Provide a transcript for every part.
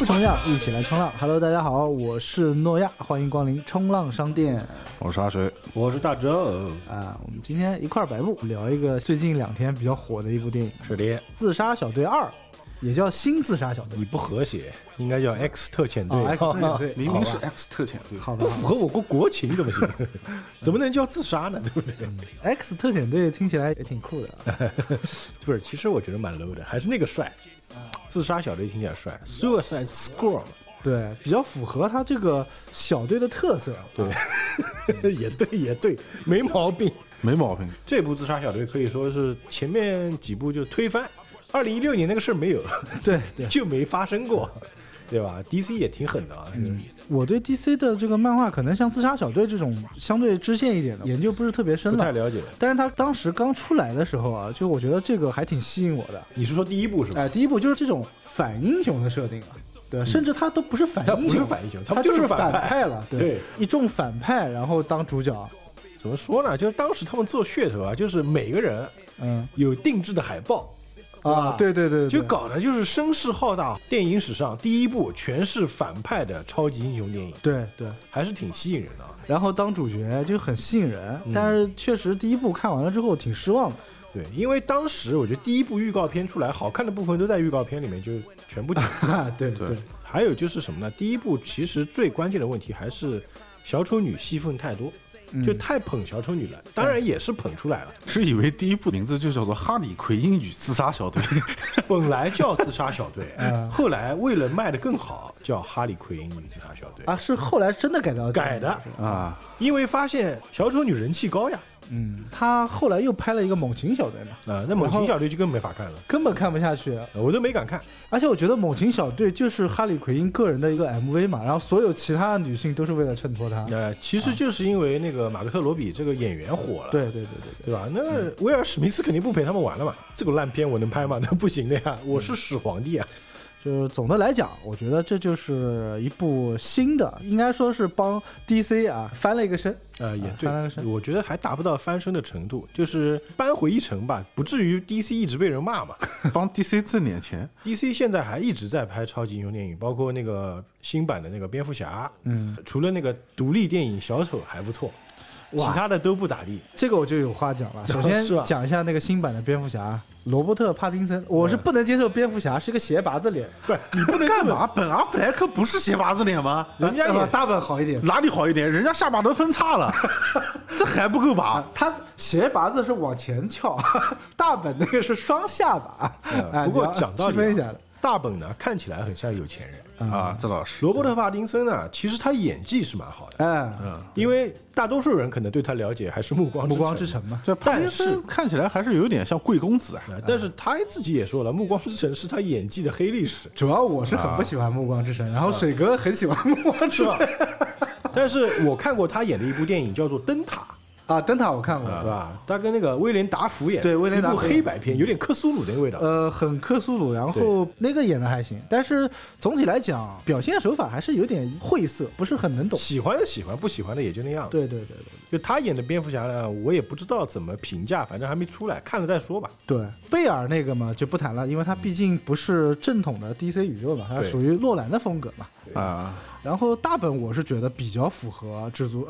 不重样，一起来冲浪。Hello， 大家好，我是诺亚，欢迎光临冲浪商店。 我是阿水， 我是大周啊。我们今天一块白布聊一个最近2天比较火的一部电影， 是的， 《自杀小队2》，也叫新自杀小队。 你不和谐，应该叫 X 特遣队。 X 特遣队明明是 X 特遣队， 好吧， 不符合我国国情怎么行？怎么能叫自杀呢？对不对 ？X 特遣队听起来也挺酷的。 不是，其实我觉得蛮 low 的，还是那个帅。自杀小队听起来帅 ，Suicide Squad。 对，比较符合他这个小队的特色。 对，也对，也对，没毛病， 没毛病。 这部自杀小队可以说是前面几部就推翻，2016年那个事儿没有， 对， 就没发生过，对吧 ？DC 也挺狠的啊。 我对 DC 的这个漫画可能像自杀小队这种相对支线一点的研究不是特别深了， 不太了解。 但是他当时刚出来的时候啊，就我觉得这个还挺吸引我的。 你是说第一部是吧？ 第一部就是这种反英雄的设定啊。对，甚至他都不是反英雄， 他不是反英雄， 他就是反派了。对，一众反派然后当主角。 怎么说呢？就是当时他们做噱头啊，就是每个人有定制的海报。 啊，对， 就搞的就是声势浩大，电影史上第一部全是反派的超级英雄电影， 对， 还是挺吸引人的。 然后当主角就很吸引人，但是确实第一部看完了之后挺失望的。 对，因为当时我觉得第一部预告片出来，好看的部分都在预告片里面就全部对。 还有就是什么呢？第一部其实最关键的问题还是小丑女戏份太多。就太捧小丑女了，当然也是捧出来了。 是以为第一部名字就叫做《哈里奎因与自杀小队》， 本来叫自杀小队，后来为了卖得更好，叫哈里奎因与自杀小队啊，是后来真的改的啊， 因为发现小丑女人气高呀。 他后来又拍了一个猛禽小队嘛， 那猛禽小队就更没法看了， 根本看不下去， 我都没敢看。 而且我觉得猛禽小队就是哈里奎因个人的一个 MV 嘛，然后所有其他的女性都是为了衬托他。 其实就是因为那个马克特罗比这个演员火了， 对吧？那威尔史密斯肯定不陪他们玩了嘛，这个烂片我能拍吗？那不行的呀，我是始皇帝啊。 就是总的来讲，我觉得这就是一部新的，应该说是帮 DC 翻了一个身， 也对，翻了个身。我觉得还达不到翻身的程度，就是扳回一城吧，不至于 DC 一直被人骂嘛。 帮 DC 挣点钱。 DC 现在还一直在拍超级英雄电影，包括那个新版的那个蝙蝠侠，除了那个独立电影小丑还不错。其他的都不咋地， 这个我就有话讲了。首先讲一下那个新版的蝙蝠侠，罗伯特·帕丁森，我是不能接受蝙蝠侠是个斜拔子脸。 不是你不能干嘛？本阿弗莱克不是斜拔子脸吗？ 人家也大本好一点， 哪里好一点？人家下巴都分叉了，这还不够拔？ 他斜拔子是往前翘，大本那个是双下巴。 不过讲道理， 分一下的。 大本呢看起来很像有钱人啊，这老师。 罗伯特·帕丁森呢，其实他演技是蛮好的，因为大多数人可能对他了解还是《暮光之城》 嘛。 对，帕丁森看起来还是有点像贵公子啊。 但是他自己也说了，《暮光之城》是他演技的黑历史。 主要我是很不喜欢《暮光之城》，然后水哥很喜欢《暮光之城》， 但是我看过他演的一部电影叫做《灯塔》。 灯塔我看过， 对吧？他跟那个威廉达福演， 对，威廉达福一部黑白片，有点克苏鲁的味道。 很克苏鲁，然后那个演的还行，但是总体来讲，表现手法还是有点晦涩，不是很能懂。 喜欢的喜欢，不喜欢的也就那样。 对， 就他演的蝙蝠侠呢，我也不知道怎么评价，反正还没出来，看了再说吧。 对，贝尔那个嘛就不谈了，因为他毕竟不是正统的 DC 宇宙嘛，他属于诺兰的风格嘛。然后大本我是觉得比较符合蜘蛛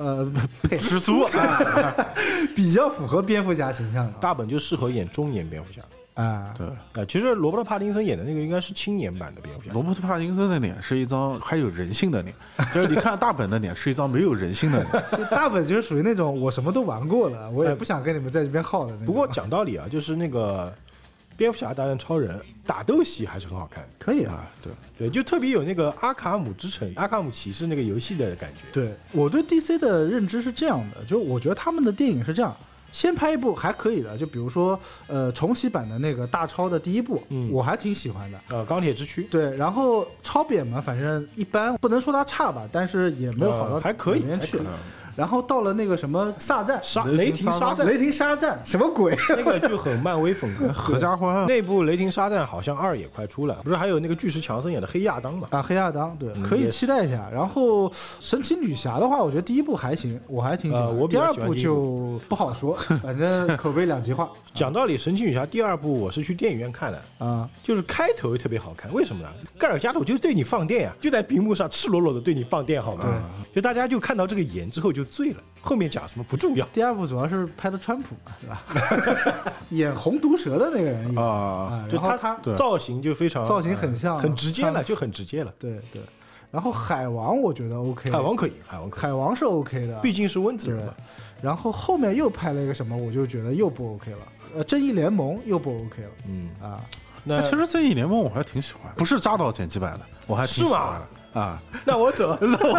比较符合蝙蝠侠形象的。 大本就适合演中年蝙蝠侠对其实罗伯特·帕丁森演的那个应该是青年版的蝙蝠侠。 罗伯特·帕丁森的脸是一张还有人性的脸，就是你看大本的脸是一张没有人性的脸。 大本就是属于那种我什么都玩过了，我也不想跟你们在这边耗的那种。 不过讲道理啊，就是那个蝙蝠侠大战超人打斗戏还是很好看， 可以啊， 对，就特别有那个阿卡姆之城、阿卡姆骑士那个游戏的感觉。 对，我对 DC 的认知是这样的，就我觉得他们的电影是这样，先拍一部还可以的，就比如说重启版的那个大超的第一部，我还挺喜欢的。 钢铁之躯。 对，然后超扁嘛，反正一般，不能说它差吧，但是也没有好到还可以， 里面去。 然后到了那个什么萨赞雷霆沙赞， 雷霆沙赞什么鬼？ 那个就很漫威风格。 合家欢那部雷霆沙赞好像2也快出了，不是还有那个巨石强森演的黑亚当嘛？ 啊，黑亚当，对，可以期待一下。然后神奇女侠的话，我觉得第一部还行，我还挺喜欢。第二部就不好说，反正口碑两极化。 讲道理，神奇女侠第2部我是去电影院看的啊，就是开头特别好看，为什么呢？盖尔加朵就对你放电呀，就在屏幕上赤裸裸的对你放电，好吗？对，就大家就看到这个颜之后就醉了，后面讲什么不重要。 第2部主要是拍的川普嘛，是吧？演红毒蛇的那个人啊， 就他造型就非常造型很像， 很直接了，就很直接了。 对对。然后海王我觉得 OK， 海王可以， 海王是 OK 的， 毕竟是温子仁嘛。 然后后面又拍了一个什么，我就觉得又不 OK 了。正义联盟又不 OK 了。 那其实正义联盟我还挺喜欢，不是扎导剪辑版的，我还挺喜欢的啊。 那我走，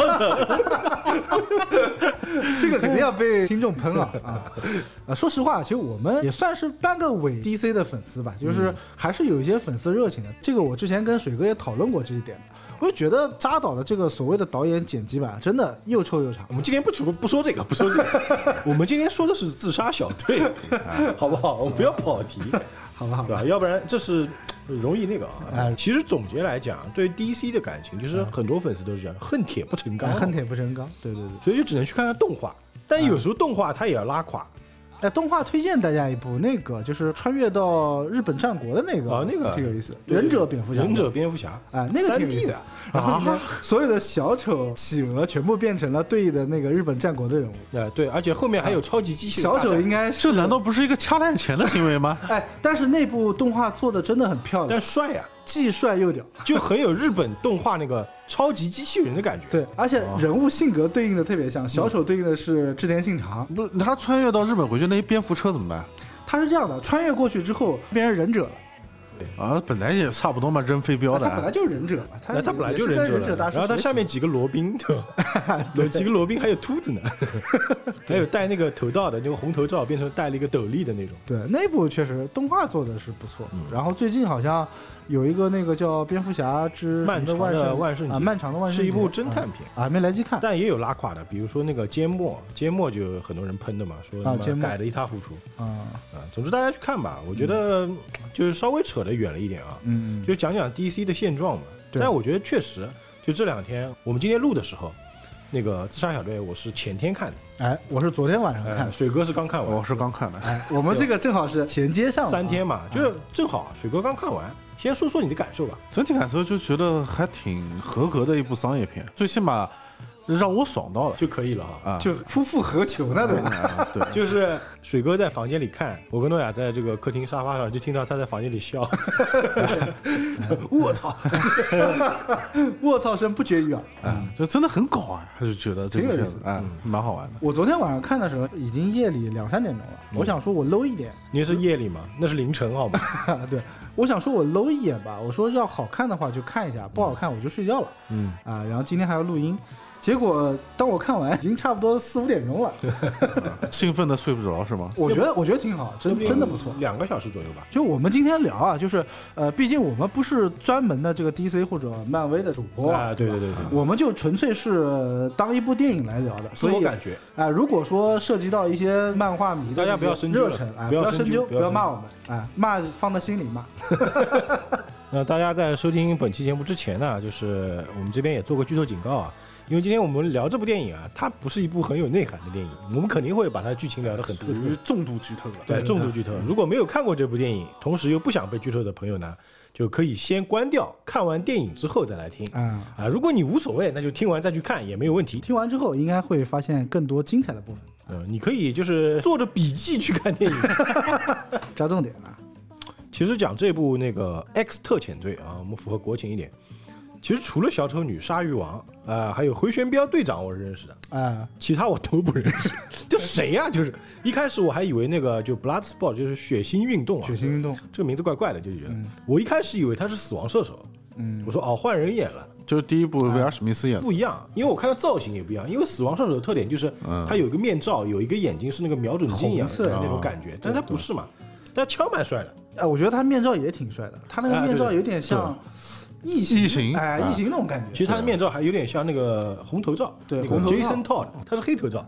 这个肯定要被听众喷啊！说实话，其实我们也算是半个伪 DC 的粉丝吧，就是还是有一些粉丝热情的。这个我之前跟水哥也讨论过这一点。我就觉得扎导的这个所谓的导演剪辑版真的又臭又长。 我们今天不说这个，我们今天说的是自杀小队，好不好？我们不要跑题， 好不好？ 对吧？要不然这是容易那个啊。其实总结来讲，对 DC 的感情，就是很多粉丝都是这样，恨铁不成钢， 恨铁不成钢。对对对， 所以就只能去看看动画，但有时候动画它也要拉垮。 动画推荐大家一部，那个就是穿越到日本战国的那个， 那个挺有意思。忍者蝙蝠侠，那个挺有意思的。然后所有的小丑、企鹅全部变成了对应的那个日本战国的人物。 对，而且后面还有超级机器人。 小丑应该是， 这难道不是一个掐烂钱的行为吗？ 但是那部动画做的真的很漂亮， 但帅呀， 既帅又屌， 就很有日本动画那个超级机器人的感觉。 对，而且人物性格对应的特别像，小丑对应的是织田信长。 不是，他穿越到日本回去，那些蝙蝠车怎么办？ 他是这样的，穿越过去之后变成忍者了。 本来也差不多嘛，扔飞镖的。 他本来就是忍者嘛，他本来就是忍者，然后他下面几个罗宾，有几个罗宾还有秃子呢，还有戴那个头罩的，那个红头罩变成戴了一个斗笠的那种。 对，那部确实动画做的是不错。然后最近好像有一个那个叫《蝙蝠侠之漫长的万圣节》， 漫长的万圣节是一部侦探片还没来及看， 但也有拉垮的，比如说那个缄默就很多人喷的嘛，说改的一塌糊涂总之大家去看吧，我觉得就是稍微扯得远了一点啊，就讲讲 DC 的现状嘛。但我觉得确实，就这2天，我们今天录的时候，那个自杀小队我是前天看的， 我是昨天晚上看， 水哥是刚看完， 我是刚看的， 我们这个正好是衔接上 3天嘛，就正好水哥刚看完，先说说你的感受吧。 整体感受就觉得还挺合格的一部商业片，最起码让我爽到了就可以了就夫复何求呢？对吧？ 对， 就是水哥在房间里看，我跟诺亚在这个客厅沙发上，就听到他在房间里笑，卧槽， 卧槽声不绝于耳就真的很搞啊，还是觉得这个片子蛮好玩的。 我昨天晚上看的时候已经夜里2-3点钟了，我想说我 low 一点。 你是夜里吗？那是凌晨好吗？ 对，我想说我 low 一点吧，我说要好看的话就看一下，不好看我就睡觉了。然后今天还要录音。结果当我看完已经差不多4-5点钟了， 兴奋的睡不着是吗？ 我觉得挺好，真的不错 ，2个小时左右吧。 就我们今天聊啊，就是毕竟我们不是专门的这个 DC 或者漫威的主播对， 我们就纯粹是当一部电影来聊的， 自我感觉如果说涉及到一些漫画迷的大家不要深究热忱不要深究，不要骂我们骂放在心里骂。 那大家在收听本期节目之前呢，就是我们这边也做个剧透警告啊。因为今天我们聊这部电影啊，它不是一部很有内涵的电影，我们肯定会把它剧情聊得很透彻， 重度剧透了。 对，重度剧透。如果没有看过这部电影，同时又不想被剧透的朋友呢，就可以先关掉，看完电影之后再来听。如果你无所谓，那就听完再去看也没有问题。 听完之后应该会发现更多精彩的部分。 你可以就是做着笔记去看电影， 抓重点啊。 其实讲这部那个 X 特遣队啊，我们符合国情一点。其实除了小丑女、鲨鱼王还有回旋镖队长我是认识的其他我都不认识。这谁呀？就是一开始我还以为那个就 Bloodsport 就是血腥运动血腥运动这个名字怪怪的，就觉得我一开始以为他是死亡射手。我说换人演了， 就是第一部威尔史密斯演的不一样，因为我看到造型也不一样。因为死亡射手的特点就是他有一个面罩，有一个眼睛是那个瞄准镜一样的那种感觉，但他不是嘛，但枪蛮帅的。 我觉得他面罩也挺帅的，他那个面罩有点像异形，异形那种感觉。 其实他的面罩还有点像那个红头罩， 对， 红头 Jason Todd， 他是黑头罩。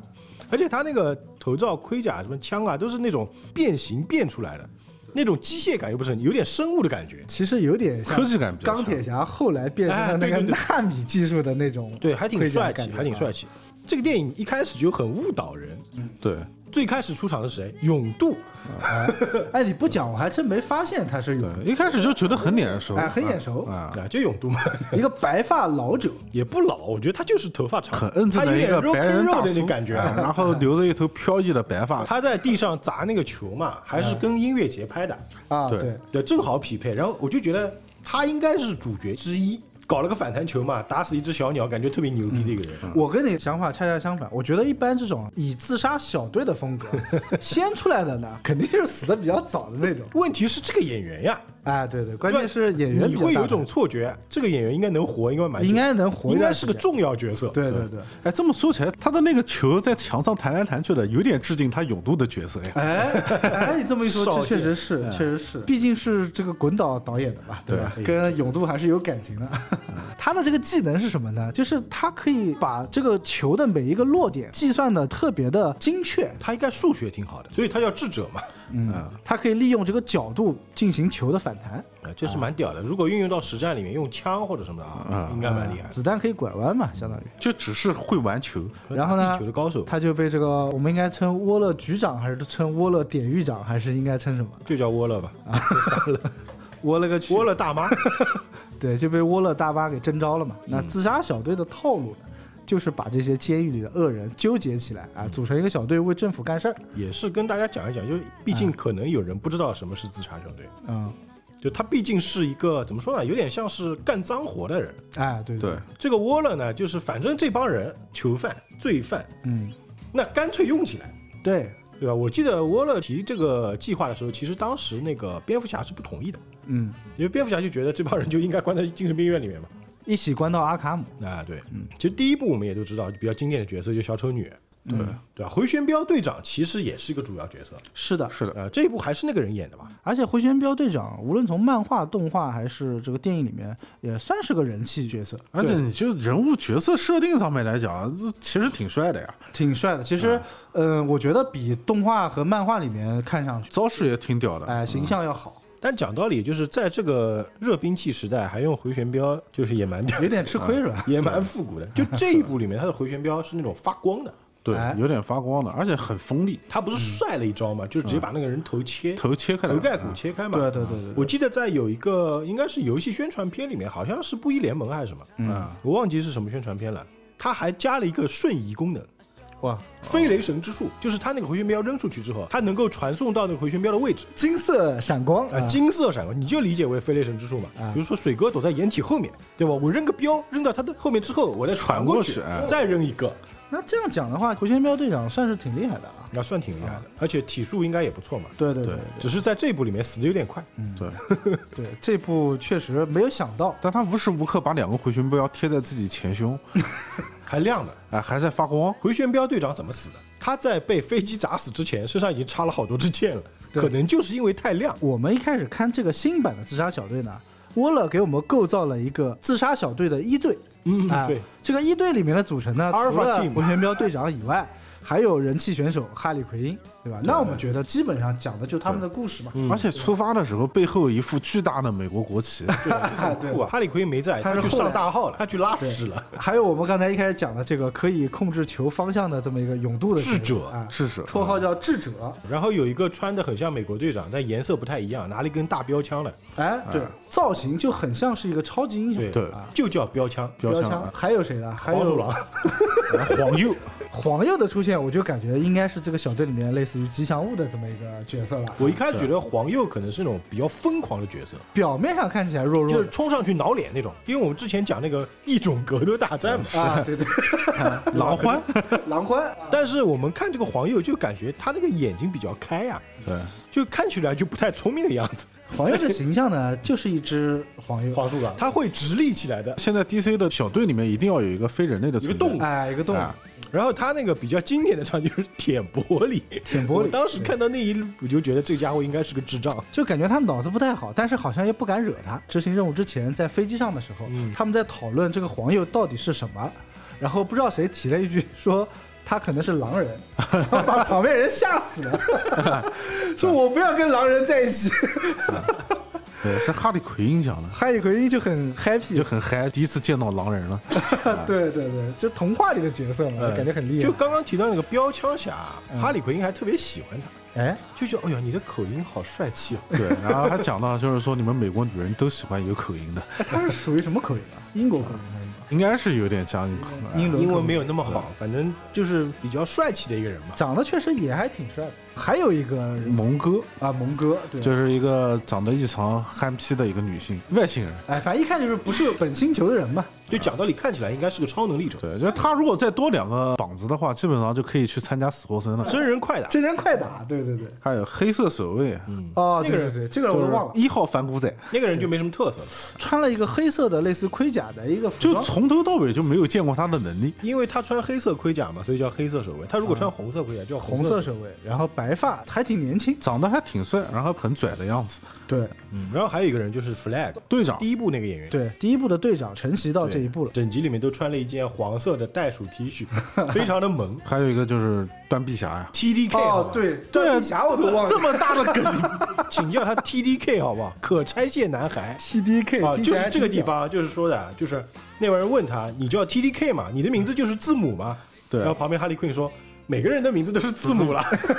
而且他那个头罩、盔甲、什么枪啊，都是那种变形变出来的。那种机械感又不是有点生物的感觉， 其实有点像科技感比较强。 钢铁侠后来变成了那个纳米技术的那种， 对，还挺帅气，还挺帅气。这个电影一开始就很误导人， 对。 最开始出场的是谁？勇度。 哎，你不讲我还真没发现他是勇度， 一开始就觉得很眼熟， 很眼熟啊，就勇度嘛， 一个白发老者， 也不老，我觉得他就是头发长， 很恩正的一个白人大叔的感觉， 然后留着一头飘逸的白发。 他在地上砸那个球嘛，还是跟音乐节拍的啊， 对，正好匹配。然后我就觉得他应该是主角之一。搞了个反弹球嘛，打死一只小鸟，感觉特别牛逼的一个人。 我跟你想法恰恰相反，我觉得一般这种以自杀小队的风格先出来的呢，肯定是死的比较早的那种。 问题是这个演员呀， 哎，对，关键是演员你会有一种错觉，这个演员应该能活，应该能活， 应该是个重要角色。 对。 哎，这么说起来，他的那个球在墙上弹来弹去的，有点致敬他勇度的角色呀。 哎，你这么一说，确实是，毕竟是这个滚导导演的吧，对吧？跟勇度还是有感情的。他的这个技能是什么呢？就是他可以把这个球的每一个落点计算的特别的精确。 他应该数学挺好的，所以他叫智者嘛。 他可以利用这个角度进行球的反弹， 这是蛮屌的。如果运用到实战里面，用枪或者什么的应该蛮厉害。 子弹可以拐弯嘛，相当于就只是会玩球。 然后呢， 球的高手， 他就被这个我们应该称沃勒局长，还是称沃勒典狱长，还是应该称什么？ 就叫沃勒吧。 窝了个去， 窝了大妈。 对，就被窝了大妈给征召了嘛。那自杀小队的套路呢，就是把这些监狱里的恶人纠结起来啊，组成一个小队为政府干事儿。 也是跟大家讲一讲，就毕竟可能有人不知道什么是自杀小队。就他毕竟是一个怎么说呢，有点像是干脏活的人。 哎，对。 这个窝了呢，就是反正这帮人囚犯、罪犯，那干脆用起来。 对吧？我记得沃勒提这个计划的时候，其实当时那个蝙蝠侠是不同意的。因为蝙蝠侠就觉得这帮人就应该关在精神病院里面嘛， 一起关到阿卡姆。 对，其实第一部我们也都知道，比较经典的角色就是小丑女。对吧？回旋镖队长其实也是一个主要角色。 是的。 这一部还是那个人演的吧？ 而且回旋镖队长无论从漫画、动画还是这个电影里面，也算是个人气角色。 而且你就人物角色设定上面来讲，其实挺帅的呀。 挺帅的。其实，我觉得比动画和漫画里面看上去招式也挺屌的， 哎，形象要好。 但讲道理，就是在这个热兵器时代还用回旋镖，就是也蛮有点吃亏是吧？ 也蛮复古的。就这一部里面，他的回旋镖是那种发光的。 对，有点发光的，而且很锋利。 他不是帅了一招嘛，就是直接把那个人头切开，头盖骨切开嘛。 对。 我记得在有一个应该是游戏宣传片里面，好像是不义联盟还是什么，我忘记是什么宣传片了。他还加了一个瞬移功能。 哇， 飞雷神之术就是他那个回旋镖扔出去之后，他能够传送到那个回旋镖的位置， 金色闪光金色闪光，你就理解为飞雷神之术嘛。比如说水哥躲在掩体后面，对吧？我扔个镖扔到他的后面之后，我再传过去，再扔一个。 那这样讲的话，回旋镖队长算是挺厉害的啊， 那算挺厉害的，而且体术应该也不错嘛。 对， 只是在这部里面死的有点快。 对，这部确实没有想到， 但他无时无刻把2个回旋镖贴在自己前胸， 还亮的， 还在发光。 回旋镖队长怎么死的？他在被飞机砸死之前，身上已经插了好多支箭了，可能就是因为太亮。 我们一开始看这个新版的自杀小队呢，沃勒给我们构造了一个自杀小队的一队。 对， 这个一队里面的组成呢，除了回旋镖队长以外，还有人气选手哈利奎因，对吧？那我们觉得基本上讲的就他们的故事嘛。 而且出发的时候背后有一副巨大的美国国旗。 对啊，哈利奎因没在，他去上大号了，他去拉屎了。 还有我们刚才一开始讲的这个可以控制球方向的这么一个勇度的智者， 绰号叫智者。 然后有一个穿的很像美国队长，但颜色不太一样，拿了一根大标枪的。 对，造型就很像是一个超级英雄。 对，就叫标枪。 还有谁呢？ 黄鼠狼、 黄鼬的出现，我就感觉应该是这个小队里面类似于吉祥物的这么一个角色了。 我一开始觉得黄鼬可能是那种比较疯狂的角色， 表面上看起来弱弱的， 就是冲上去挠脸那种。因为我们之前讲那个异种格斗大战嘛， 对， 狼獾， 但是我们看这个黄鼬，就感觉他那个眼睛比较开呀， 对， 就看起来就不太聪明的样子。 黄鼬这形象呢，就是一只黄鼠狼，它会直立起来的。 现在 DC 的小队里面一定要有一个非人类的存在， 一个动物。 然后他那个比较经典的场景就是舔玻璃。我当时看到那一幕，我就觉得这家伙应该是个智障， 就感觉他脑子不太好，但是好像又不敢惹他。执行任务之前，在飞机上的时候，他们在讨论这个黄鼬到底是什么，然后不知道谁提了一句说。 他可能是狼人，把旁边人吓死了，说我不要跟狼人在一起。 对，是哈利奎因讲的。 哈利奎因就很 happy， 就很嗨，第一次见到狼人了。 对对对，就童话里的角色嘛，感觉很厉害。 就刚刚提到那个标枪侠，哈利奎因还特别喜欢他。 哎， 就觉得哎呀，你的口音好帅气哦。 对，然后还讲到就是说，你们美国女人都喜欢有口音的。 他是属于什么口音啊？英国口音还是？ 应该是有点像英文没有那么好，反正就是比较帅气的一个人嘛。 长得确实也还挺帅的。还有一个蒙哥啊，蒙哥，对， 就是一个长得异常憨批的一个女性外星人。 哎，反正一看就是不是本星球的人嘛。 就讲道理，看起来应该是个超能力者。 对，就他如果再多2个膀子的话，基本上就可以去参加死活森了。 真人快打， 真人快打，对对对。 还有黑色守卫， 哦，那个人对，这个人我都忘了。 1号反骨仔， 那个人就没什么特色了， 穿了一个黑色的类似盔甲的一个服装， 就从头到尾就没有见过他的能力。 因为他穿黑色盔甲嘛，所以叫黑色守卫。他如果穿红色盔甲，叫红色守卫。然后白发，还挺年轻， 长得还挺帅，然后很拽的样子。 对， 然后还有一个人就是 Flag 队长， 第一部那个演员。 对，第一部的队长承袭到这一步了。 整集里面都穿了一件黄色的袋鼠 T 恤，非常的萌。 还有一个就是断臂侠呀 ，TDK 哦，对，断臂侠我都忘了， 这么大的梗， 请叫他 TDK 好不好？可拆卸男孩 TDK 啊，就是这个地方，就是说的，就是那位人问他，你叫 TDK 嘛？你的名字就是字母嘛？ 对。 然后旁边哈利奎因说，每个人的名字都是字母了。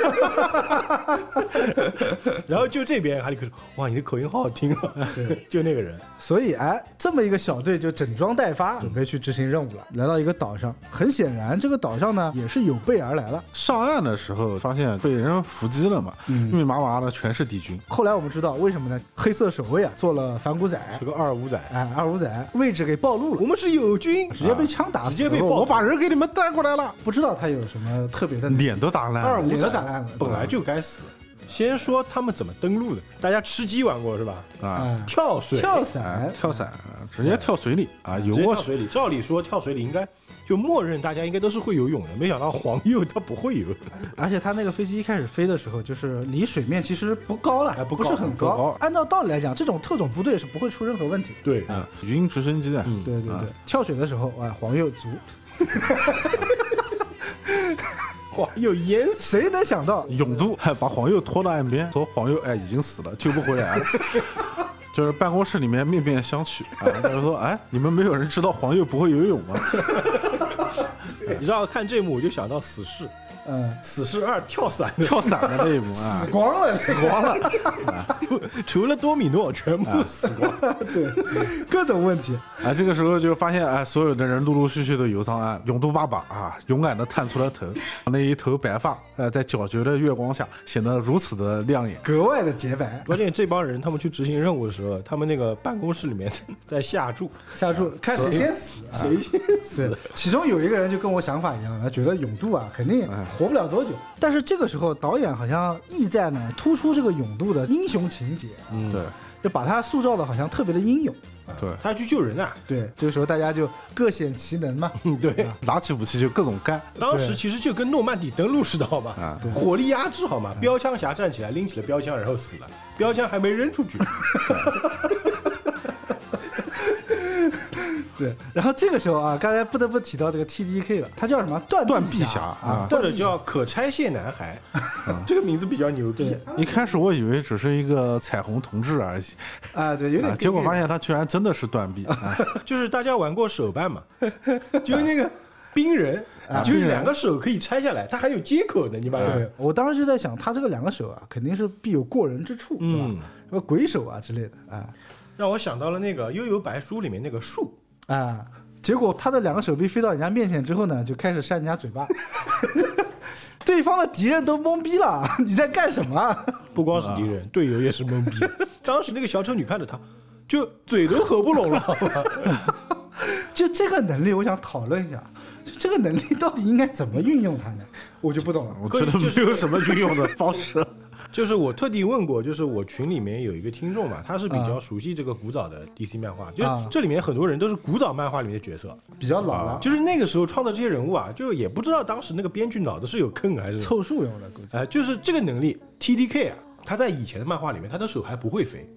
然后就这边哈利奎因说，哇，你的口音好好听啊。对，就那个人。 所以哎，这么一个小队就整装待发，准备去执行任务了。来到一个岛上，很显然这个岛上呢也是有备而来了。 上岸的时候发现被人伏击了嘛，密密麻麻的全是敌军。 后来我们知道为什么呢？黑色守卫啊做了反骨仔， 是个25仔， 哎，25仔位置给暴露了。 我们是友军， 直接被枪打死， 直接被我把人给你们带过来了。 不知道他有什么特别的， 脸都打烂了， 脸都打烂了， 本来就该死。先说他们怎么登陆的，大家吃鸡玩过是吧？ 啊， 跳水、 跳伞、 跳伞，直接跳水里啊，游过水里。照理说跳水里应该就默认大家应该都是会游泳的，没想到黄鼬他不会游， 而且他那个飞机一开始飞的时候，就是离水面其实不高了，不是很高。按照道理来讲，这种特种部队是不会出任何问题。 对， 军直升机啊， 对对对，跳水的时候啊，黄鼬足。 黄鼬淹死， 谁能想到勇度把黄鼬拖到岸边，说黄鼬已经死了，救不回来了。就是办公室里面面面相觑啊，就是说哎，你们没有人知道黄鼬不会游泳吗？ 你知道看这幕我就想到死侍。死侍2跳伞的那一幕啊， 死光了， 除了多米诺全部死光， 对，各种问题啊。这个时候就发现哎，所有的人陆陆续续的游上岸，勇度爸爸啊，勇敢的探出了头，那一头白发在皎洁的月光下显得如此的亮眼， 格外的洁白。 关键这帮人他们去执行任务的时候，他们那个办公室里面在下注， 看谁先死， 谁先死。 对，其中有一个人就跟我想法一样，他觉得勇度啊肯定活不了多久。但是这个时候导演好像意在呢突出这个勇度的英雄情节， 对， 就把他塑造的好像特别的英勇。 对， 他去救人啊。 对，这个时候大家就各显其能嘛。 对， 拿起武器就各种干。 当时其实就跟诺曼底登陆似的，好吗？啊，火力压制，好吗？标枪侠站起来拎起了标枪，然后死了，标枪还没扔出去。 对，然后这个时候啊，刚才不得不提到这个 TDK 了，他叫什么？断臂侠啊， 或者叫可拆卸男孩，这个名字比较牛逼。 一开始我以为只是一个彩虹同志而已， 啊，对，有点， 结果发现他居然真的是断臂。 就是大家玩过手办嘛，就是那个冰人，就是2个手可以拆下来，它还有接口的，你把对，我当时就在想，他这个2个手啊，肯定是必有过人之处，对吧？什么鬼手啊之类的啊， 让我想到了那个《幽游白书》里面那个树。 结果他的2个手臂飞到人家面前之后呢，就开始扇人家嘴巴，对方的敌人都懵逼了，你在干什么？ 不光是敌人，队友也是懵逼。当时那个小丑女看着他，就嘴都合不拢了，好吧？ 就这个能力，我想讨论一下，这个能力到底应该怎么运用它呢？我就不懂了。 我觉得没有什么运用的方式。 就是我特地问过，就是我群里面有一个听众嘛，他是比较熟悉这个古早的 DC 漫画，就是这里面很多人都是古早漫画里面的角色， 比较老了， 就是那个时候创造这些人物啊，就也不知道当时那个编剧脑子是有坑还是凑数用的，估计。 就是这个能力 TDK 啊，他在以前的漫画里面，他的手还不会飞。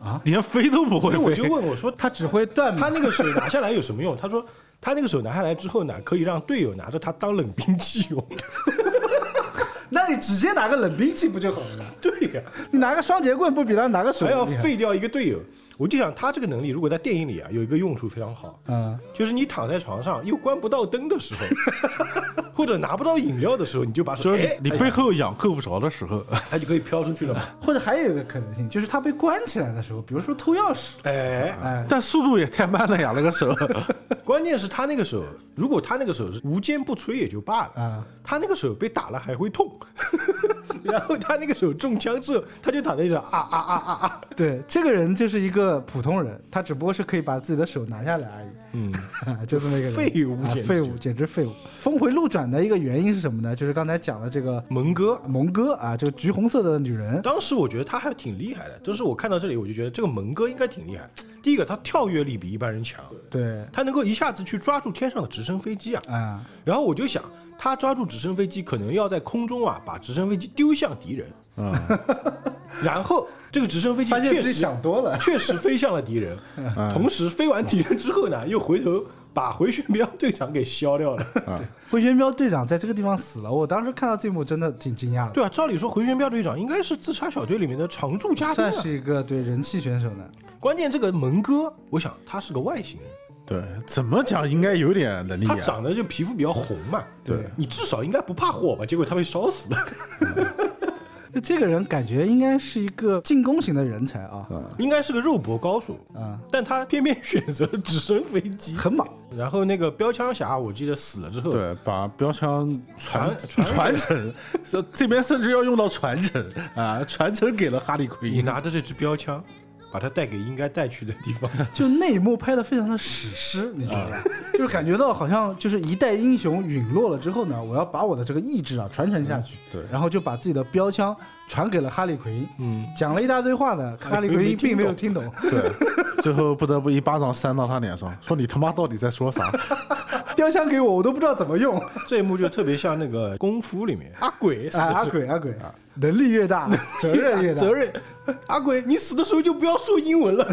啊， 连飞都不会飞。 我就问我说， 他只会断。 他那个手拿下来有什么用？他说他那个手拿下来之后呢，可以让队友拿着它当冷兵器用。 那你直接拿个冷兵器不就好了吗？ 对呀， 你拿个双节棍不比他拿个手还要废掉一个队友。我就想他这个能力如果在电影里啊有一个用处非常好，就是你躺在床上又关不到灯的时候，或者拿不到饮料的时候，你就把手， 就是你背后痒够不着的时候， 它就可以飘出去了嘛。 或者还有一个可能性，就是他被关起来的时候，比如说偷钥匙， 但速度也太慢了呀，那个手。 关键是他那个手，如果他那个手是无坚不摧也就罢了，他那个手被打了还会痛，然后他那个手中枪之后，他就躺在这啊。 对，这个人就是一个普通人，他只不过是可以把自己的手拿下来而已。就这么一个人废物， 简直废物。峰回路转的一个原因是什么呢？就是刚才讲的这个蒙哥啊，这个橘红色的女人。 当时我觉得她还挺厉害的，就是我看到这里我就觉得这个蒙哥应该挺厉害。第一个，他跳跃力比一般人强， 对， 他能够一下子去抓住天上的直升飞机啊。然后我就想，他抓住直升飞机可能要在空中啊把直升飞机丢向敌人，然后这个直升飞机确实飞向了敌人，同时飞完敌人之后呢，又回头把回旋镖队长给削掉了。 回旋镖队长在这个地方死了，我当时看到这一幕真的挺惊讶的。 对啊，照理说回旋镖队长应该是自杀小队里面的常驻嘉宾， 算是一个对人气选手呢。 关键这个蒙哥，我想他是个外星人。 对，怎么讲应该有点能力。 他长得就皮肤比较红嘛， 对， 你至少应该不怕火吧？结果他被烧死了。 这个人感觉应该是一个进攻型的人才啊， 应该是个肉搏高手啊，但他偏偏选择了直升飞机， 很莽。 然后那个标枪侠，我记得死了之后， 对，把标枪传承，这边甚至要用到传承啊，传承给了哈利奎因。 你拿着这支标枪，把它带给应该带去的地方。 就那一幕拍的非常的史诗，你知道吧？就是感觉到好像就是一代英雄陨落了之后呢，我要把我的这个意志啊传承下去。 对， 然后就把自己的标枪传给了哈利奎因。讲了一大堆话呢，哈利奎因并没有听懂。 对，最后不得不一巴掌扇到他脸上，说你他妈到底在说啥？ 标枪给我都不知道怎么用。 这一幕就特别像那个功夫里面阿鬼阿鬼能力越大责任越大。 阿鬼你死的时候就不要说英文了。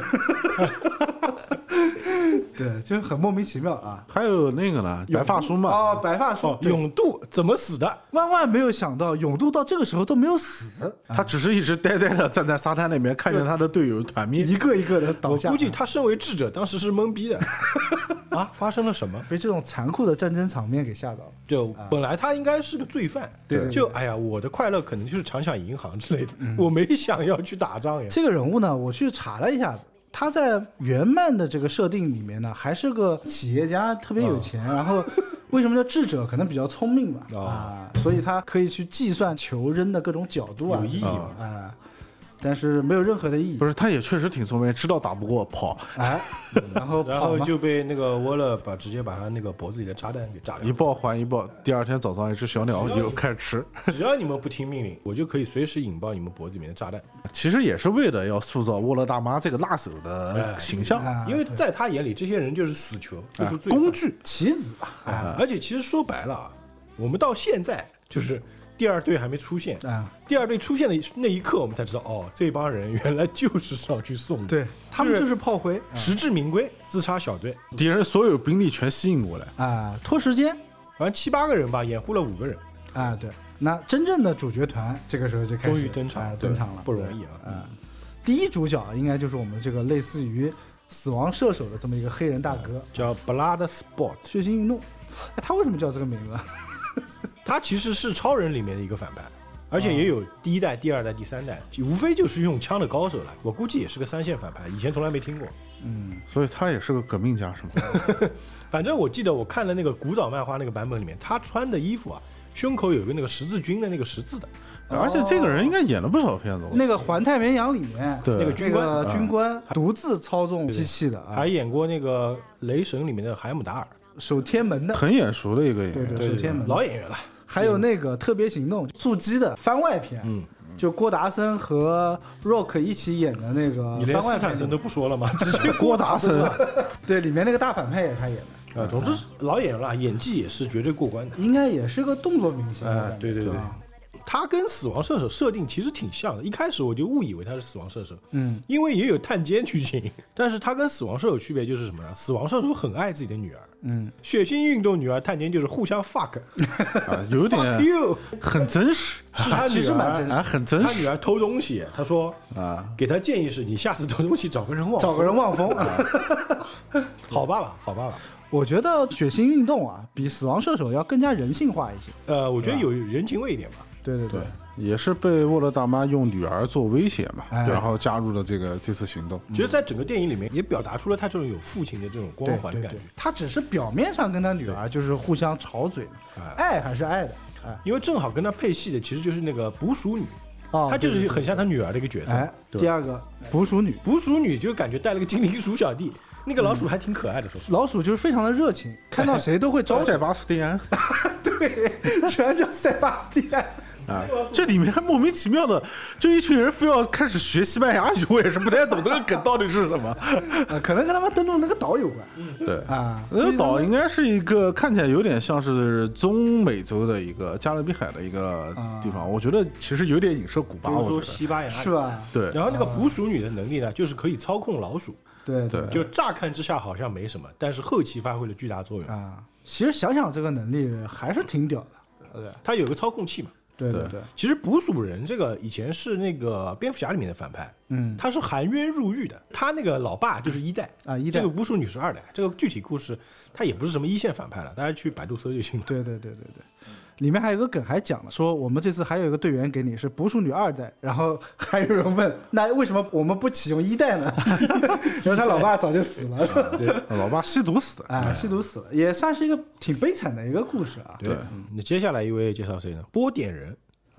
对，就很莫名其妙啊。 还有那个呢，白发叔嘛， 白发叔永渡怎么死的？ 万万没有想到永渡到这个时候都没有死， 他只是一直呆呆的站在沙滩那边，看见他的队友团灭， 一个一个的倒下。 我估计他身为智者当时是懵逼的。啊，发生了什么？ 被这种残酷的战争场面给吓到了。 就本来他应该是个罪犯， 对， 就哎呀，我的快乐可能就是常想银行之类的，我没想要去打仗呀。 这个人物呢，我去查了一下子，他在原漫的这个设定里面呢，还是个企业家，特别有钱，然后为什么叫智者？可能比较聪明吧，所以他可以去计算球扔的各种角度啊， 有意义啊。但是没有任何的意义。 不是，他也确实挺聪明，知道打不过跑， 然后就被那个沃勒直接把他那个脖子里的炸弹给炸掉， 一爆还一爆。第二天早上，一只小鸟又开始吃。 只要你们不听命令，我就可以随时引爆你们脖子里面的炸弹。 其实也是为了要塑造沃勒大妈这个辣手的形象， 因为在他眼里，这些人就是死囚，就是工具、 棋子而且其实说白了啊，我们到现在就是第二队还没出现第二队出现的那一刻，我们才知道哦，这帮人原来就是上去送的， 对他们就是炮灰， 实至名归，自杀小队， 敌人所有兵力全吸引过来拖时间， 好像7、8个人吧，掩护了5个人对，那真正的主角团这个时候就开始终于登场了，不容易第一主角应该就是我们这个类似于死亡射手的这么一个黑人大哥， 叫 Blood Sport 血腥运动。他为什么叫这个名字？ 他其实是超人里面的一个反派，而且也有第1代、第2代、第3代，无非就是用枪的高手来。我估计也是个3线反派，以前从来没听过。 所以他也是个革命家，是吗？ 反正我记得我看了那个古早漫画那个版本里面，他穿的衣服胸口有个那个十字军的那个十字的。 而且这个人应该演了不少片子， 那个《环太平洋》里面那个军官独自操纵机器的， 还演过那个《雷神》里面的海姆达尔， 守天门的， 很眼熟的一个演员，对，守天门老演员了。 还有那个特别行动速激的番外篇，就郭达森和 Rock 一起演的那个你连斯坦森都不说了吗？直接郭达森， 对，里面那个大反派也是他演的。 总之老演员了，演技也是绝对过关的， 应该也是个动作明星。 对。 他跟死亡射手设定其实挺像的，一开始我就误以为他是死亡射手，因为也有探监剧情，但是他跟死亡射手区别就是什么呢？死亡射手很爱自己的女儿，血腥运动女儿探监就是互相 fuck， 有点 fuck you， 很真实， 是他女儿很真实。 他女儿偷东西，他说给他建议是你下次偷东西找个人望风， 好爸爸，好爸爸。 我觉得血腥运动啊，比死亡射手要更加人性化一些。 我觉得有人情味一点吧。 对， 也是被沃勒大妈用女儿做威胁嘛，然后加入了这次行动。 其实，在整个电影里面也表达出了他这种有父亲的这种光环的感觉。 他只是表面上跟他女儿就是互相吵嘴，爱还是爱的。 因为正好跟他配戏的其实就是那个捕鼠女。她就是很像他女儿的一个角色。 第二个捕鼠女就感觉带了个精灵鼠小弟，那个老鼠还挺可爱的，说实话。 老鼠就是非常的热情，看到谁都会招塞巴斯蒂安， 对，全叫塞巴斯蒂安。 这里面还莫名其妙的，就一群人非要开始学西班牙语，我也是不太懂这个梗到底是什么。 可能跟他们登陆那个岛有关。 对那个岛应该是一个看起来有点像是中美洲的一个加勒比海的一个地方，我觉得其实有点影射古巴，我觉得西班牙是吧？ 对。 然后那个捕鼠女的能力呢，就是可以操控老鼠。 对， 就乍看之下好像没什么，但是后期发挥了巨大作用啊。其实想想这个能力还是挺屌的。 对，它有个操控器嘛。 对， 其实捕鼠人这个以前是那个蝙蝠侠里面的反派，他是含冤入狱的，他那个老爸就是一代啊，这个捕鼠女是二代，这个具体故事他也不是什么一线反派了，大家去百度搜就行了。 对，里面还有个梗还讲了，说我们这次还有一个队员给你是捕鼠女二代，然后还有人问那为什么我们不启用一代呢？然后他老爸早就死了， 对，老爸吸毒死了，吸毒死了，也算是一个挺悲惨的一个故事啊。 对，那接下来一位介绍谁呢？波点人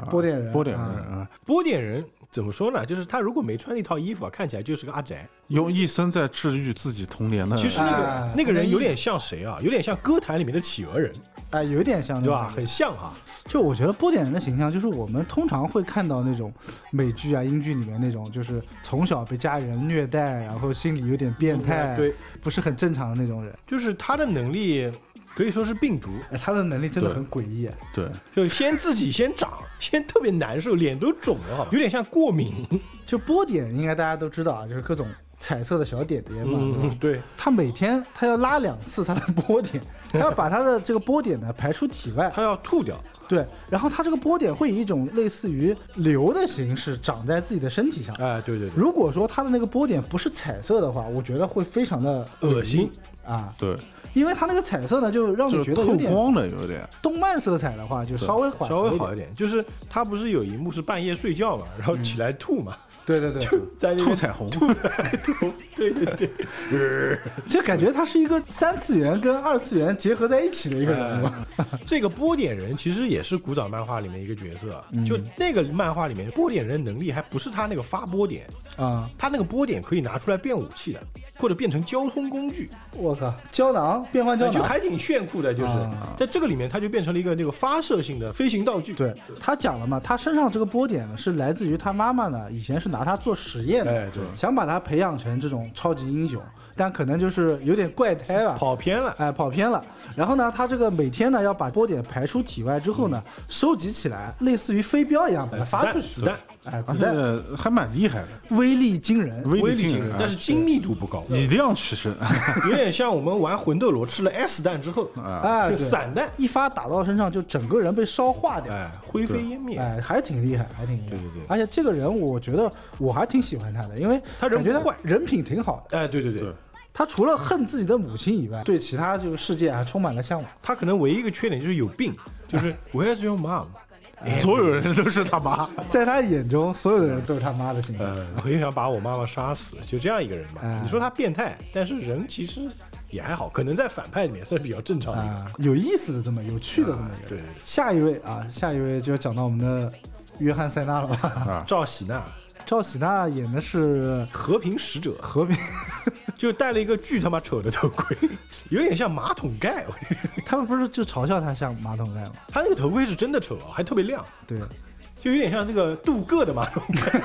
怎么说呢？就是他如果没穿那套衣服看起来就是个阿宅， 用一生在治愈自己童年的。 其实那个人有点像谁啊？有点像歌坛里面的企鹅人。 有点像， 对吧？很像哈。 就我觉得波点人的形象，就是我们通常会看到那种美剧啊、英剧里面那种，就是从小被家里人虐待，然后心里有点变态， 对， 不是很正常的那种人。 就是他的能力可以说是病毒， 他的能力真的很诡异。 对， 就自己先长，先特别难受，脸都肿了，有点像过敏。 就波点应该大家都知道啊，就是各种彩色的小点点嘛。 对， 他每天他要拉2次他的波点，他要把他的这个波点呢排出体外， 他要吐掉。 对，然后他这个波点会以一种类似于瘤的形式长在自己的身体上。 对。 如果说他的那个波点不是彩色的话，我觉得会非常的恶心啊。 对， 因为他那个彩色呢，就让你觉得有点透光的，有点动漫色彩的话，就稍微好一点。就是他不是有一幕是半夜睡觉嘛，然后起来吐嘛。 对， 就在那吐彩虹， 对， 就感觉他是一个3次元跟2次元结合在一起的一个人物。 这个波点人其实也是古早漫画里面一个角色，就那个漫画里面波点人能力还不是他那个发波点啊， 他那个波点可以拿出来变武器的，或者变成交通工具。 我靠，胶囊变换胶囊就还挺炫酷的，就是在这个里面他就变成了一个那个发射性的飞行道具。 对，他讲了嘛，他身上这个波点呢是来自于他妈妈呢以前是拿他做实验的， 对， 想把他培养成这种超级英雄，但可能就是有点怪胎了， 跑偏了。 然后呢，他这个每天呢要把波点排出体外之后呢，收集起来，类似于飞镖一样把它发出去。 子弹还蛮厉害的， 威力惊人， 但是精密度不高， 以量取胜， 有点像我们玩魂斗罗吃了 S 弹之后就散弹一发打到身上就整个人被烧化掉， 灰飞烟灭， 还挺厉害，对。而且这个人我觉得我还挺喜欢他的，因为他人不坏， 人品挺好的。 对。 他除了恨自己的母亲以外，对其他这个世界还充满了向往。 他可能唯一一个缺点就是有病，就是 Where's your mom？ 所有人都是他妈， 在他眼中，所有的人都是他妈的形象。 我也想把我妈妈杀死，就这样一个人吧。你说他变态，但是人其实也还好，可能在反派里面算是比较正常的有意思的这么有趣的这么一个人。对。下一位就要讲到我们的约翰·塞纳了吧？ 赵喜娜演的是和平使者，就戴了一个巨他妈丑的头盔，有点像马桶盖。 他们不是就嘲笑他像马桶盖吗？ 他那个头盔是真的丑，还特别亮。 对， 就有点像这个镀铬的马桶盖。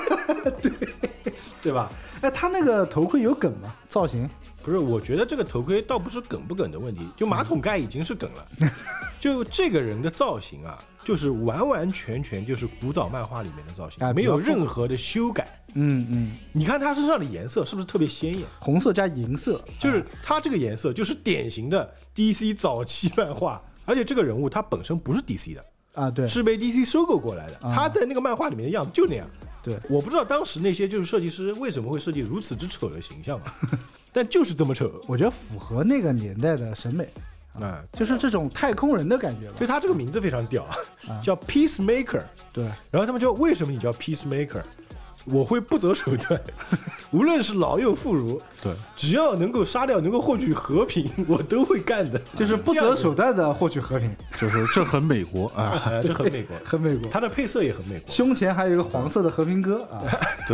对吧？ 他那个头盔有梗吗？造型不是，我觉得这个头盔倒不是梗不梗的问题，就马桶盖已经是梗了。 就这个人的造型啊，就是完完全全就是古早漫画里面的造型，没有任何的修改。你看他身上的颜色是不是特别鲜艳？ 红色加银色， 就是他这个颜色就是典型的 DC 早期漫画，而且这个人物他本身不是 DC 的啊，对， 是被 DC 收购过来的。他在那个漫画里面的样子就那样。 对， 我不知道当时那些就是设计师为什么会设计如此之丑的形象啊，但就是这么丑。 我觉得符合那个年代的审美。就是这种太空人的感觉吧。 所以他这个名字非常屌，叫 Peacemaker。 对， 然后他们就为什么你叫 Peacemaker？ 我会不择手段，无论是老幼妇孺， 对， 只要能够杀掉，能够获取和平，我都会干的。 就是不择手段的获取和平， 就是这很美国啊， 这很美国， 很美国。 他的配色也很美国， 胸前还有一个黄色的和平鸽啊。 对。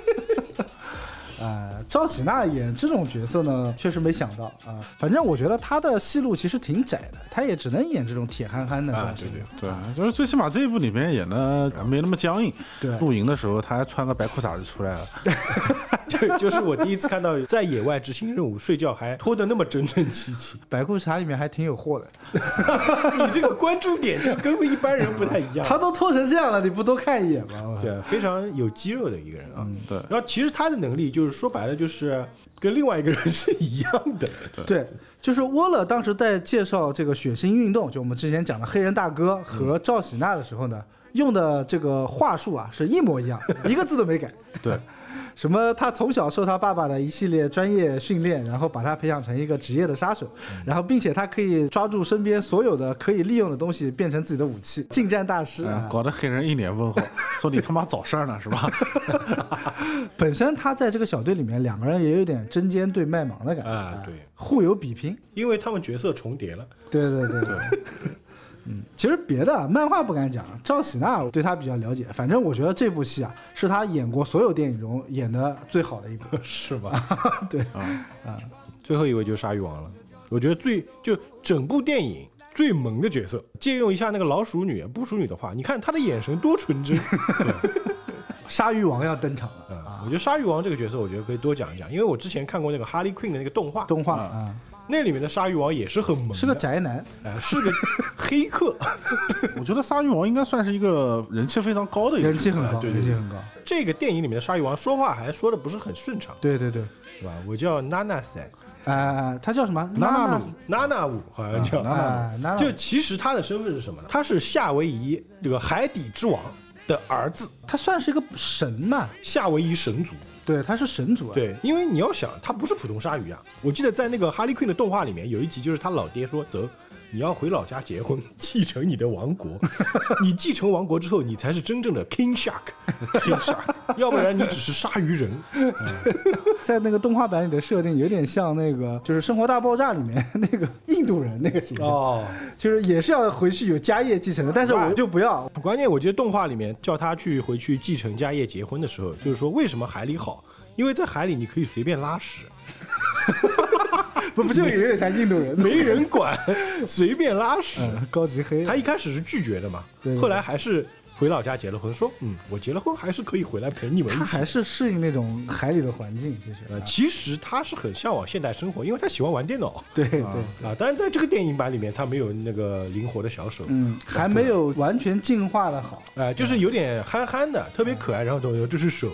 赵喜娜演这种角色呢，确实没想到啊。反正我觉得她的戏路其实挺窄的，她也只能演这种铁憨憨的东西。 对，就是最起码这一部里面演的没那么僵硬。 对， 露营的时候他还穿个白裤衩就出来了。 就是我第一次看到在野外执行任务睡觉还拖得那么整整齐齐， 白裤衩里面还挺有货的。 你这个关注点就跟一般人不太一样。 他都拖成这样了，你不多看一眼吗？ 对，非常有肌肉的一个人啊。 对。 然后其实他的能力就是说白了就是跟另外一个人是一样的。 对，就是沃勒当时在介绍这个血腥运动，就我们之前讲的黑人大哥和赵喜娜的时候呢，用的这个话术啊是一模一样，一个字都没改。 对。 什么他从小受他爸爸的一系列专业训练，然后把他培养成一个职业的杀手，然后并且他可以抓住身边所有的可以利用的东西变成自己的武器，近战大师。 搞得黑人一脸问号，说你他妈找事儿呢是吧？ 本身他在这个小队里面，两个人也有点针尖对麦芒的感觉对， 互有比拼， 因为他们角色重叠了。 对。其实别的漫画不敢讲，赵喜娜对他比较了解。反正我觉得这部戏啊，是他演过所有电影中演的最好的一部， 是吧？ 对最后一位就是鲨鱼王了。我觉得就整部电影最萌的角色，借用一下那个老鼠女、捕鼠女的话，你看她的眼神多纯真。 鲨鱼王要登场了我觉得鲨鱼王这个角色，我觉得可以多讲一讲，因为我之前看过那个哈利·奎因的那个动画那里面的鲨鱼王也是很萌的， 是个宅男， 是个黑客。 我觉得鲨鱼王应该算是一个人气非常高的一个人气很高， 对， 人气很高。 这个电影里面的鲨鱼王说话还说的不是很顺畅， 对， 是吧？我叫娜娜塞， 他叫什么？ 娜娜姆，好像叫娜娜。就其实他的身份是什么呢？他是夏威夷这个海底之王的儿子， 他算是一个神嘛， 夏威夷神族。 对，他是神族啊。 对，因为你要想，他不是普通鲨鱼啊。我记得在那个哈利·奎因的动画里面有一集，就是他老爹说：“走，你要回老家结婚，继承你的王国。你继承王国之后，你才是真正的 King Shark，King Shark， 要不然你只是鲨鱼人。” 在那个动画版里的设定有点像那个，就是《生活大爆炸》里面那个印度人那个形象就是也是要回去有家业继承的，但是我就不要。 关键我觉得动画里面叫他回去继承家业结婚的时候，就是说为什么海里好？因为在海里你可以随便拉屎。 不就有点像印度人， 没人管，随便拉屎， 高级黑。 他一开始是拒绝的嘛，后来还是回老家结了婚，说我结了婚还是可以回来陪你们一起。 他还是适应那种海里的环境， 其实他是很向往现代生活，因为他喜欢玩电脑。 对当然在这个电影版里面他没有那个灵活的小手， 还没有完全进化的好， 就是有点憨憨的，特别可爱，然后都有这是手。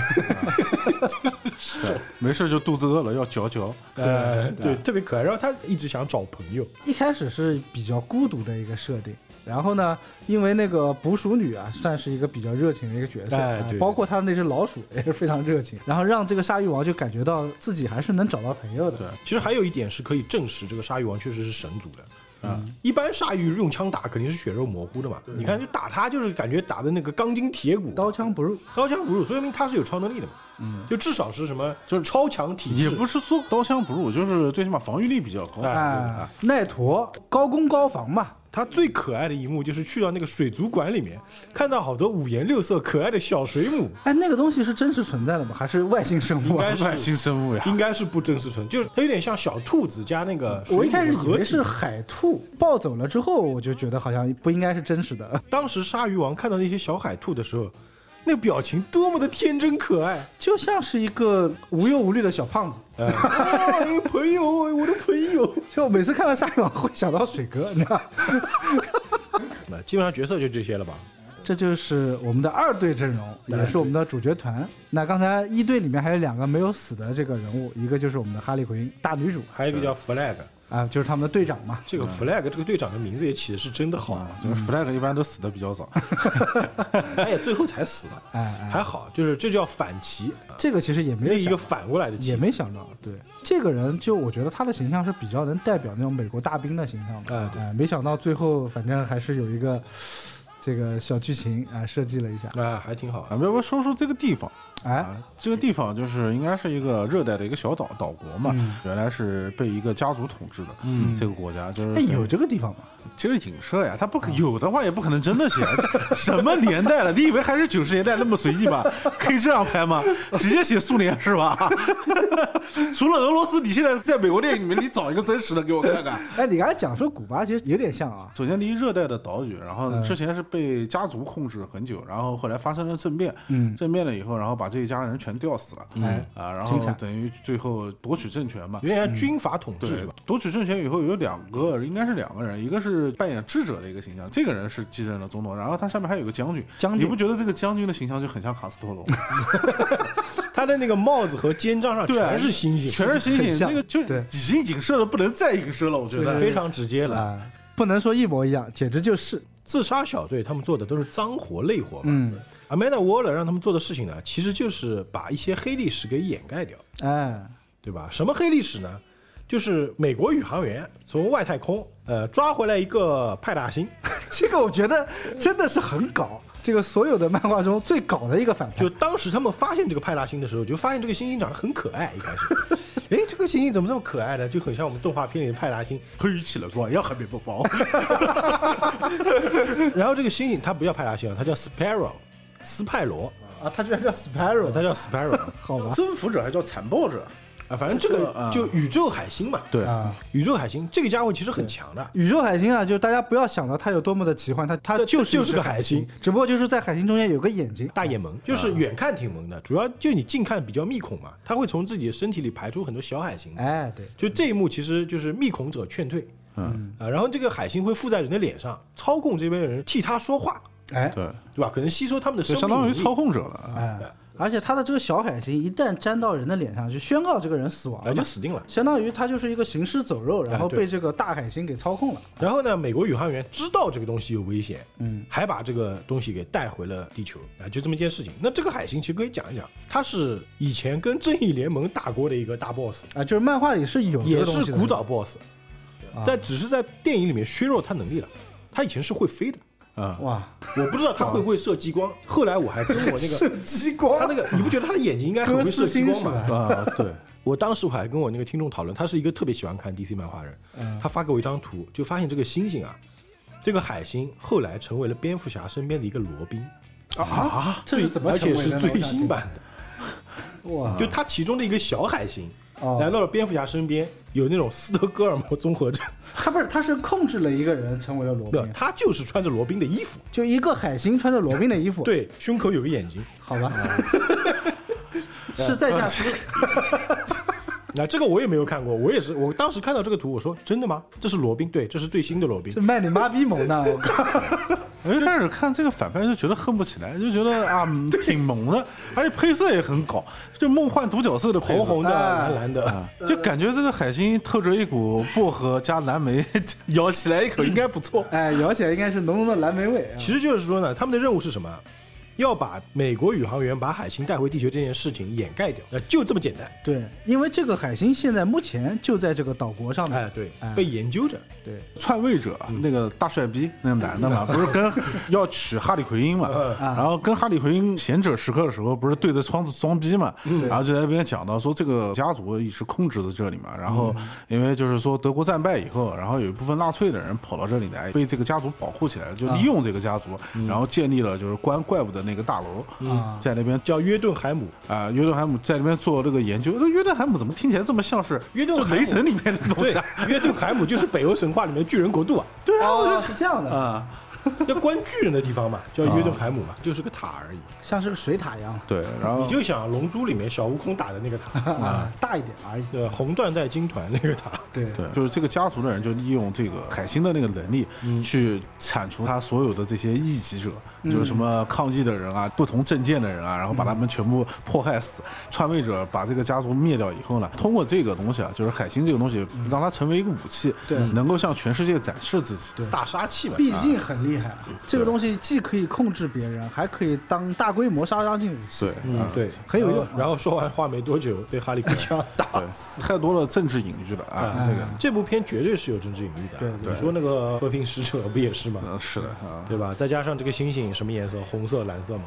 没事就肚子饿了要嚼， 对，特别可爱。然后他一直想找朋友， 一开始是比较孤独的一个设定，然后呢，因为那个捕鼠女啊，算是一个比较热情的一个角色，包括他的那只老鼠也是非常热情，然后让这个鲨鱼王就感觉到自己还是能找到朋友的。 对，其实还有一点是可以证实这个鲨鱼王确实是神族的。一般鲨鱼用枪打肯定是血肉模糊的嘛，你看就打他就是感觉打的那个钢筋铁骨， 刀枪不入， 说明他是有超能力的嘛。就至少是什么，就是超强体质， 也不是说刀枪不入，就是最起码防御力比较高， 耐驮，高攻高防嘛。 他最可爱的一幕就是去到那个水族馆里面，看到好多五颜六色可爱的小水母。 那个东西是真实存在的吗？还是外星生物？ 应该是外星生物呀， 应该是不真实存在，就是它有点像小兔子加那个水母。 我一开始以为是海兔，抱走了之后，我就觉得好像不应该是真实的。 当时鲨鱼王看到那些小海兔的时候， 那个表情多么的天真可爱， 就像是一个无忧无虑的小胖子。 朋友，我的朋友。 就我每次看到鲨鱼王会想到水哥，你知道那基本上角色就这些了吧。 这就是我们的2队阵容，也是我们的主角团。那刚才1队里面还有2个没有死的这个人物，一个就是我们的哈利奎因大女主， 还有一个叫 Flag 啊，就是他们的队长嘛。 这个 Flag 这个队长的名字也起的是真的好， 这个 Flag 一般都死的比较早， 他也最后才死的，还好，就是这叫反旗。 这个其实也没有一个反过来的旗， 也没想到，对这个人，就我觉得他的形象是比较能代表那种美国大兵的形象的，没想到最后反正还是有一个。这个小剧情啊，设计了一下还挺好啊。要不说说这个地方，这个地方就是应该是一个热带的一个小岛国嘛，原来是被一个家族统治的，这个国家就是有这个地方吗？ 这个影射呀，它不可有的话也不可能真的写，这什么年代了？你以为还是90年代那么随意吗？可以这样拍吗？直接写苏联是吧？除了俄罗斯，你现在在美国电影里面，你找一个真实的给我看看。 哎，你刚才讲说古巴其实有点像啊。 首先，第一热带的岛屿，然后之前是被家族控制很久，然后后来发生了政变，政变了以后，然后把这一家人全吊死了，然后等于最后夺取政权嘛， 原来军阀统治是吧？ 夺取政权以后有应该是两个人，一个是扮演智者的一个形象，这个人是继任了总统，然后他下面还有个将军，你不觉得这个将军的形象就很像卡斯特罗？ 他的那个帽子和肩章上全是星星， 全是星星，那个就已经影射了，不能再影射了，我觉得非常直接了， 不能说一模一样，简直就是自杀小队他们做的都是脏活累活嘛。Amanda Waller 让他们做的事情呢，其实就是把一些黑历史给掩盖掉，对吧？什么黑历史呢？就是美国宇航员从外太空抓回来一个派大星， 这个我觉得真的是很搞，这个所有的漫画中最搞的一个反派。 就当时他们发现这个派大星的时候，就发现这个星星长得很可爱，一开始哎，这个星星怎么这么可爱呢？就很像我们动画片里的派大星， 黑起了光，要海绵宝宝。 然后这个星星它不叫派大星，它叫 Sparrow 斯派罗啊，它居然叫 Sparrow， 它叫 Sparrow， 好吧？ 征服者还叫残暴者。 反正这个就宇宙海星嘛， 对宇宙海星这个家伙其实很强的。 宇宙海星啊，就是大家不要想到它有多么的奇幻，它就是个海星， 只不过就是在海星中间有个眼睛， 大眼萌，就是远看挺萌的，主要就你近看比较密孔嘛，它会从自己的身体里排出很多小海星。 哎，对， 就这一幕其实就是密孔者劝退，然后这个海星会附在人的脸上，操控这边的人替他说话， 哎， 对吧？可能吸收他们的生命， 相当于操控者了， 哎。而且他的这个小海星一旦沾到人的脸上，就宣告这个人死亡了， 就死定了。 相当于他就是一个行尸走肉，然后被这个大海星给操控了。 然后呢，美国宇航员知道这个东西有危险，还把这个东西给带回了地球啊，就这么一件事情。那这个海星其实可以讲一讲，它是以前跟正义联盟打过的一个大 boss 啊，就是漫画里是有， 也是古早 boss，但只是在电影里面削弱他能力了。他以前是会飞的。 哇！ 我不知道他会不会射激光。后来我还跟我那个射激光， 他那个你不觉得他的眼睛应该很会射激光吗？ 啊，对。 我当时我还跟我那个听众讨论，他是一个特别喜欢看 DC 漫画人，他发给我一张图，就发现这个星星啊，这个海星后来成为了蝙蝠侠身边的一个罗宾啊，这是怎么而且是最新版的？哇！就他其中的一个小海星。来到了蝙蝠侠身边，有那种斯德哥尔摩综合症。 他是控制了一个人成为了罗宾， 他就是穿着罗宾的衣服， 就一个海星穿着罗宾的衣服， 对，胸口有个眼睛， 好吧？是在下那这个我也没有看过，我当时看到这个图，我说真的吗？这是罗宾，对，这是最新的罗宾， 是卖你妈逼萌呢！我靠！ 我一开始看这个反派就觉得恨不起来，就觉得啊挺萌的，而且配色也很搞，就梦幻独角兽的配色， 红红的、蓝蓝的， 就感觉这个海星透着一股薄荷加蓝莓，咬起来一口应该不错。 哎，咬起来应该是浓浓的蓝莓味。 其实就是说呢，他们的任务是什么？要把美国宇航员把海星带回地球这件事情掩盖掉，就这么简单。 对，因为这个海星现在目前就在这个岛国上面， 哎，对，被研究着。 对， 篡位者那个大帅逼那个男的嘛，不是跟要娶哈利奎因嘛，然后跟哈利奎因贤者时刻的时候，不是对着窗子装逼嘛，然后就在那边讲到说这个家族一直控制在这里嘛，然后因为就是说德国战败以后，然后有一部分纳粹的人跑到这里来，被这个家族保护起来，就利用这个家族，然后建立了就是关怪物的那个大楼，在那边叫约顿海姆啊，约顿海姆在那边做这个研究。那约顿海姆怎么听起来这么像是约顿雷神里面的东西？ 约顿海姆就是北欧神话里面的巨人国度啊。 对对啊， 是这样的啊。 要关巨人的地方嘛，叫约顿海姆嘛，就是个塔而已， 像是个水塔一样。 对，然后你就想《龙珠》里面小悟空打的那个塔啊，大一点而已。 对，红缎带军团那个塔。 对， 就是这个家族的人就利用这个海星的那个能力，去铲除他所有的这些异己者，就是什么抗议的人啊、不同政见的人啊，然后把他们全部迫害死。篡位者把这个家族灭掉以后呢，通过这个东西啊，就是海星这个东西，让它成为一个武器， 对， 能够向全世界展示自己， 大杀器嘛。 毕竟很厉害，这个东西既可以控制别人，还可以当大规模杀伤性武器。 对， 很有用。 然后说完话没多久，被哈利一枪打死。 太多的政治隐喻了啊！ 这部片绝对是有政治隐喻的。 对， 你说那个和平使者不也是吗？ 是的， 对吧？再加上这个星星什么颜色？红色、蓝色嘛。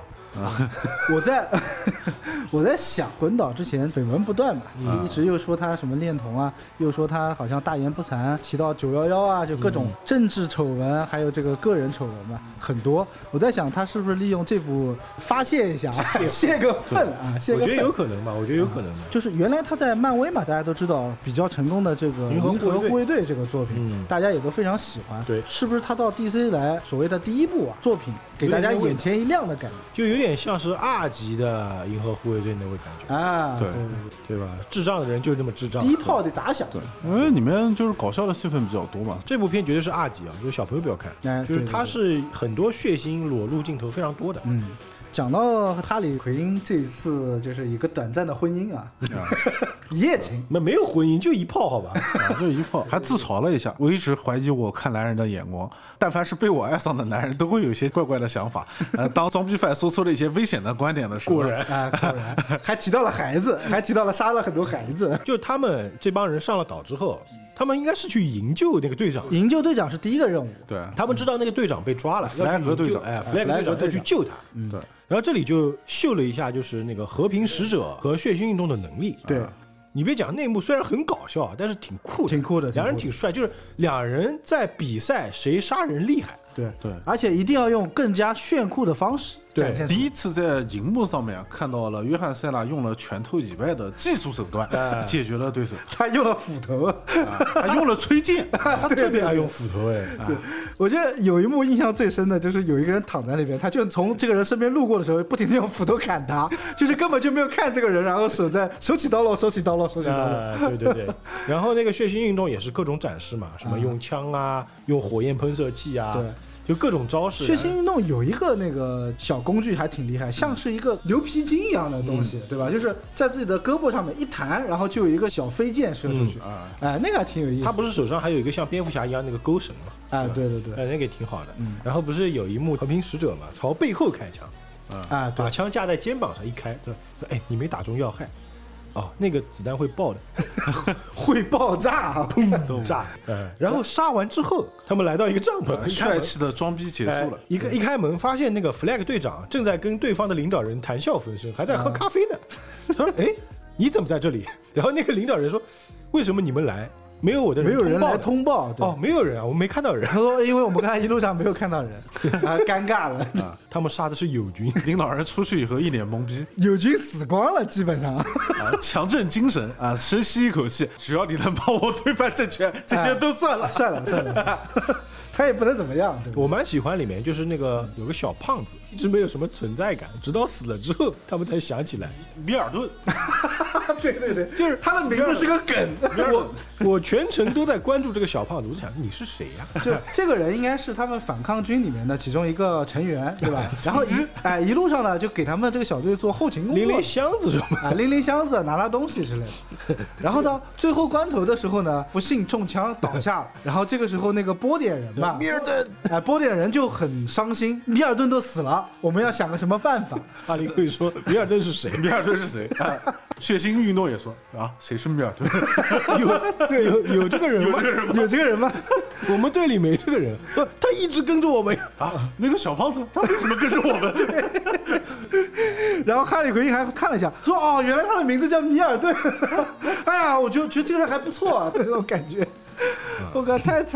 我在想，滚岛之前绯闻不断嘛，一直又说他什么恋童啊，又说他好像大言不惭，提到911啊，就各种政治丑闻，还有这个个人丑闻嘛，很多。我在想，他是不是利用这部发泄一下，泄个愤啊？ 我觉得有可能吧， 就是原来他在漫威嘛，大家都知道比较成功的这个《银河护卫队》这个作品，大家也都非常喜欢。 对， 是不是他到 DC 来所谓的第一部作品，给大家眼前一亮的感觉？ 就有点像是2级的银河护卫队那位感觉啊， 对吧？智障的人就是这么智障， 第一炮得打响。 对，因为里面就是搞笑的戏份比较多嘛。 这部片绝对是2级啊，就是小朋友不要看，就是它是很多血腥裸露镜头非常多的。 讲到哈利奎因这一次就是一个短暂的婚姻啊，一夜情， 没有婚姻，就一炮，好吧， 就一炮，还自嘲了一下。我一直怀疑我看男人的眼光，但凡是被我爱上的男人，都会有一些怪怪的想法。当装逼犯说出了一些危险的观点的时候， 果然， 还提到了孩子，还提到了杀了很多孩子。 就他们这帮人上了岛之后，他们应该是去营救那个队长。 营救队长是第一个任务。 对， 他们知道那个队长被抓了， 弗莱格队长， 弗莱格队长要去救他。 对。 然后这里就秀了一下，就是那个和平使者和血腥运动的能力。 对， 你别讲内幕，虽然很搞笑，但是挺酷的，两人挺帅，就是两人在比赛谁杀人厉害。 对，而且一定要用更加炫酷的方式展现。 第一次在荧幕上面看到了约翰·塞拉用了拳头以外的技术手段解决了对手。 他用了斧头， 他用了吹剑， 他特别爱用斧头。 对，我觉得有一幕印象最深的就是有一个人躺在那边，他就从这个人身边路过的时候，不停地用斧头砍他，就是根本就没有看这个人，然后手起刀落。 对。然后那个血腥运动也是各种展示嘛，什么用枪啊，用火焰喷射器啊。对。就各种招式。 血腥运动有一个那个小工具还挺厉害，像是一个牛皮筋一样的东西，对吧？就是在自己的胳膊上面一弹，然后就有一个小飞剑射出去。那个还挺有意思。 他不是手上还有一个像蝙蝠侠一样那个钩绳吗？ 对， 那个也挺好的。然后不是有一幕和平使者嘛，朝背后开枪，把枪架在肩膀上一开，对吧？哎，你没打中要害。那个子弹会爆的， 会爆炸， 砰炸。然后杀完之后，他们来到一个帐篷， 帅气的装逼结束了。 一开门，发现那个 Flag 队长正在跟对方的领导人谈笑风生，还在喝咖啡呢。他说：“哎，你怎么在这里？”然后那个领导人说：“为什么你们来？没有我的人， 没有人来通报。 没有人啊，我没看到人。” 他说：“因为我们刚才一路上没有看到人，尴尬了。” 他们杀的是友军， 领导人出去以后一脸懵逼， 友军死光了，基本上。 强振精神啊，深吸一口气，只要你能帮我推翻政权，这些都算了。 算了。他也不能怎么样，对吧？ 我蛮喜欢里面就是那个有个小胖子，一直没有什么存在感，直到死了之后，他们才想起来米尔顿。 对，就是他的名字是个梗。 我全程都在关注这个小胖子，我想你是谁呀？ 就这个人应该是他们反抗军里面的其中一个成员，对吧？然后一路上呢就给他们这个小队做后勤工作， 拎箱子什么拎箱子拿东西之类的。然后到最后关头的时候呢，不幸中枪倒下了。然后这个时候那个波点人吧， 米尔顿， 波点人就很伤心，米尔顿都死了，我们要想个什么办法？ 哈利会说米尔顿是谁？ 米尔顿是谁？血腥运动也说谁是米尔顿？ 有这个人吗？ 有这个人吗？ 我们队里没这个人，他一直跟着我们那个小胖子他为什么跟着我们？ 然后哈利奎因还看了一下，说原来他的名字叫米尔顿。哎呀，我就觉得这个人还不错，那种感觉。我靠，太惨了。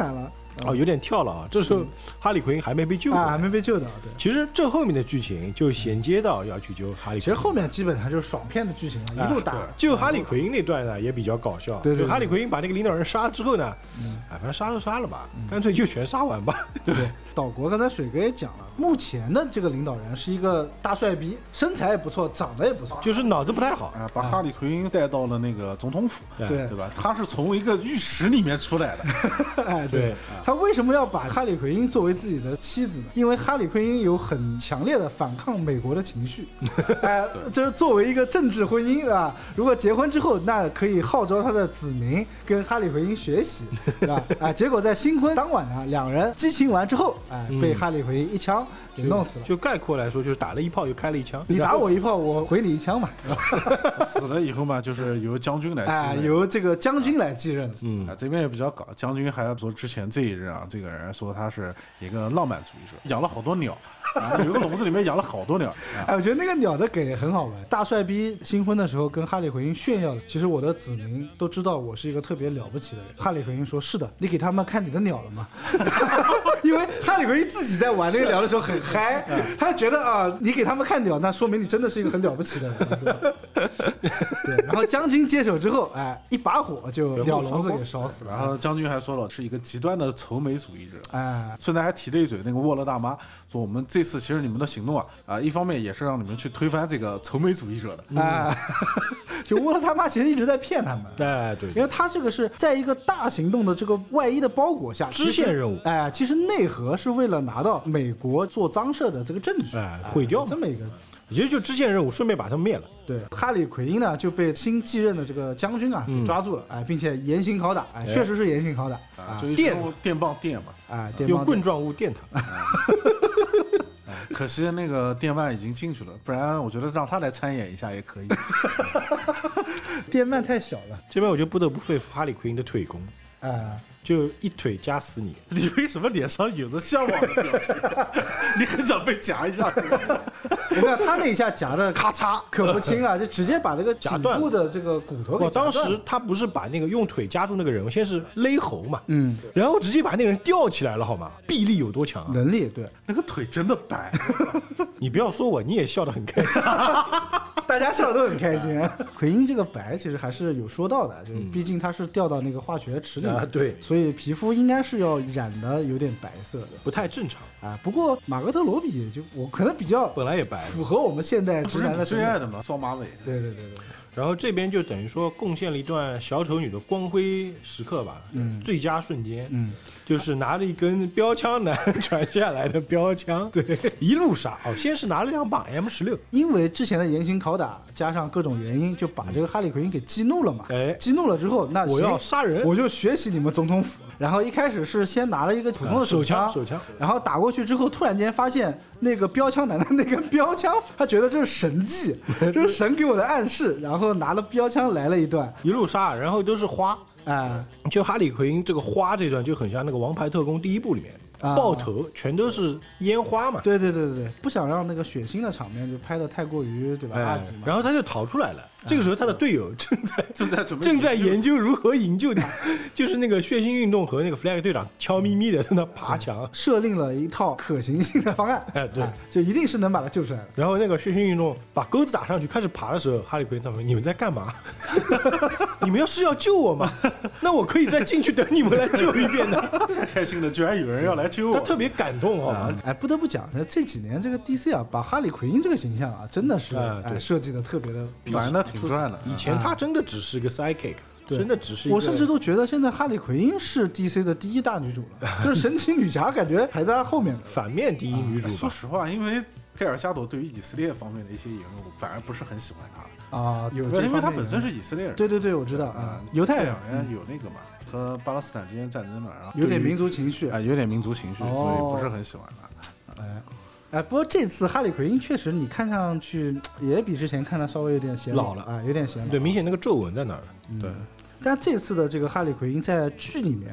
有点跳了啊！这时候哈利奎因还没被救还没被救到。对， 其实这后面的剧情就衔接到要去救哈利奎因。 其实后面基本上就是爽片的剧情了，一路打。 救哈利奎因那段呢也比较搞笑。 对， 哈利奎因把那个领导人杀了之后呢，反正杀就杀了吧，干脆就全杀完吧。 对，岛国刚才水哥也讲了，目前的这个领导人是一个大帅逼，身材也不错，长得也不错， 就是脑子不太好。 把哈利奎因带到了那个总统府， 对吧？他是从一个浴室里面出来的。 对，他为什么要把哈利奎因作为自己的妻子呢？因为哈利奎因有很强烈的反抗美国的情绪，这是作为一个政治婚姻啊，如果结婚之后，那可以号召他的子民跟哈利奎因学习，是吧？结果在新婚当晚呢，两人激情完之后，被哈利奎因一枪给弄死了。 就概括来说，就是打了一炮又开了一枪， 你打我一炮，我回你一枪嘛。 死了以后嘛，就是由将军来继任， 由这个将军来继任。 这边也比较搞，将军还说之前这一任啊，这个人说他是一个浪漫主义者，养了好多鸟。有个笼子里面养了好多鸟。 我觉得那个鸟的梗很好玩。大帅逼新婚的时候跟哈利奎因炫耀，其实我的子民都知道我是一个特别了不起的人。哈利奎因说：“是的，你给他们看你的鸟了吗？”因为哈利奎因自己在玩那个鸟的时候很嗨，他觉得你给他们看鸟，那说明你真的是一个很了不起的人。对，然后将军接手之后，一把火就鸟笼子给烧死了。 然后将军还说了，是一个极端的仇美主义者。顺带还提了一嘴那个沃勒大妈，说我们这次其实你们的行动一方面也是让你们去推翻这个仇美主义者的。 就沃勒他妈其实一直在骗他们。 对， 因为他这个是在一个大行动的这个外衣的包裹下， 支线任务。 其实内核是为了拿到美国做脏事的这个证据， 毁掉这么一个。 我觉得就支线任务，顺便把他们灭了。 对，哈利奎因呢就被新继任的这个将军给抓住了，并且严刑拷打，确实是严刑拷打， 就电棒电嘛， 用棍状物电他。 可惜那个电鳗已经进去了，不然我觉得让他来参演一下也可以。 电鳗太小了， 这边我就不得不佩服哈利奎因的腿功。就一腿夹死你！ 你为什么脸上有着向往的表情？你很想被夹一下？ 我看他那一下夹的咔嚓可不轻啊，就直接把那个颈部的这个骨头给夹断了。 当时他不是把那个用腿夹住那个人，先是勒喉嘛，然后直接把那个人吊起来了，好吗？臂力有多强啊？ 能力对， 那个腿真的白。 你不要说我，你也笑得很开心。 大家笑得都很开心。奎因这个白其实还是有说到的，就是毕竟他是掉到那个化学池里面， 对， 所以皮肤应该是要染的有点白色的， 不太正常不过马格特罗比就我可能比较本来也白， 符合我们现代直男的最爱的嘛，双马尾。 对。 然后这边就等于说贡献了一段小丑女的光辉时刻吧，最佳瞬间，就是拿了一根标枪男传下来的标枪， 对， 一路杀。先是拿了2把 M16， 因为之前的严刑拷打加上各种原因，就把这个哈利奎因给激怒了嘛。激怒了之后，那我要杀人， 我就学习你们总统府。然后一开始是先拿了一个普通的手枪，然后打过去之后，突然间发现那个标枪男的那根标枪，他觉得这是神迹，这是神给我的暗示，然后拿了标枪来了一段， 一路杀，然后都是花。就哈利奎因这个花这段就很像那个《王牌特工》第1部里面。爆头全都是烟花嘛， 对，不想让那个血腥的场面就拍得太过于对吧二级嘛， 然后他就逃出来了。这个时候他的队友正在研究如何营救他，就是那个血腥运动和那个 Flag 队长悄咪咪的在那爬墙， 设定了一套可行性的方案。 对， 就一定是能把他救出来。 然后那个血腥运动把钩子打上去开始爬的时候，哈利奎因他们你们在干嘛？你们是要救我吗？那我可以再进去等你们来救一遍的。 太开心了，居然有人要来救我， 他特别感动啊！ 不得不讲，这几年这个 DC 把哈利奎因这个形象真的是设计的特别的玩的挺赚的。 以前他真的只是个 sidekick，真的只是一个。 我甚至都觉得现在哈利奎因是 DC 的第1大女主了，就是神奇女侠感觉排在她后面的反面第1女主。 说实话，因为盖尔加朵对于以色列方面的一些言论，我反而不是很喜欢他因为他本身是以色列人。 对，我知道犹太人有那个嘛，和巴勒斯坦之间战争嘛，然后有点民族情绪有点民族情绪，所以不是很喜欢他。 不过这次哈利奎因确实你看上去也比之前看他稍微有点显老了有点显老。 对，明显那个皱纹在那儿。 对，但这次的这个哈利奎因在剧里面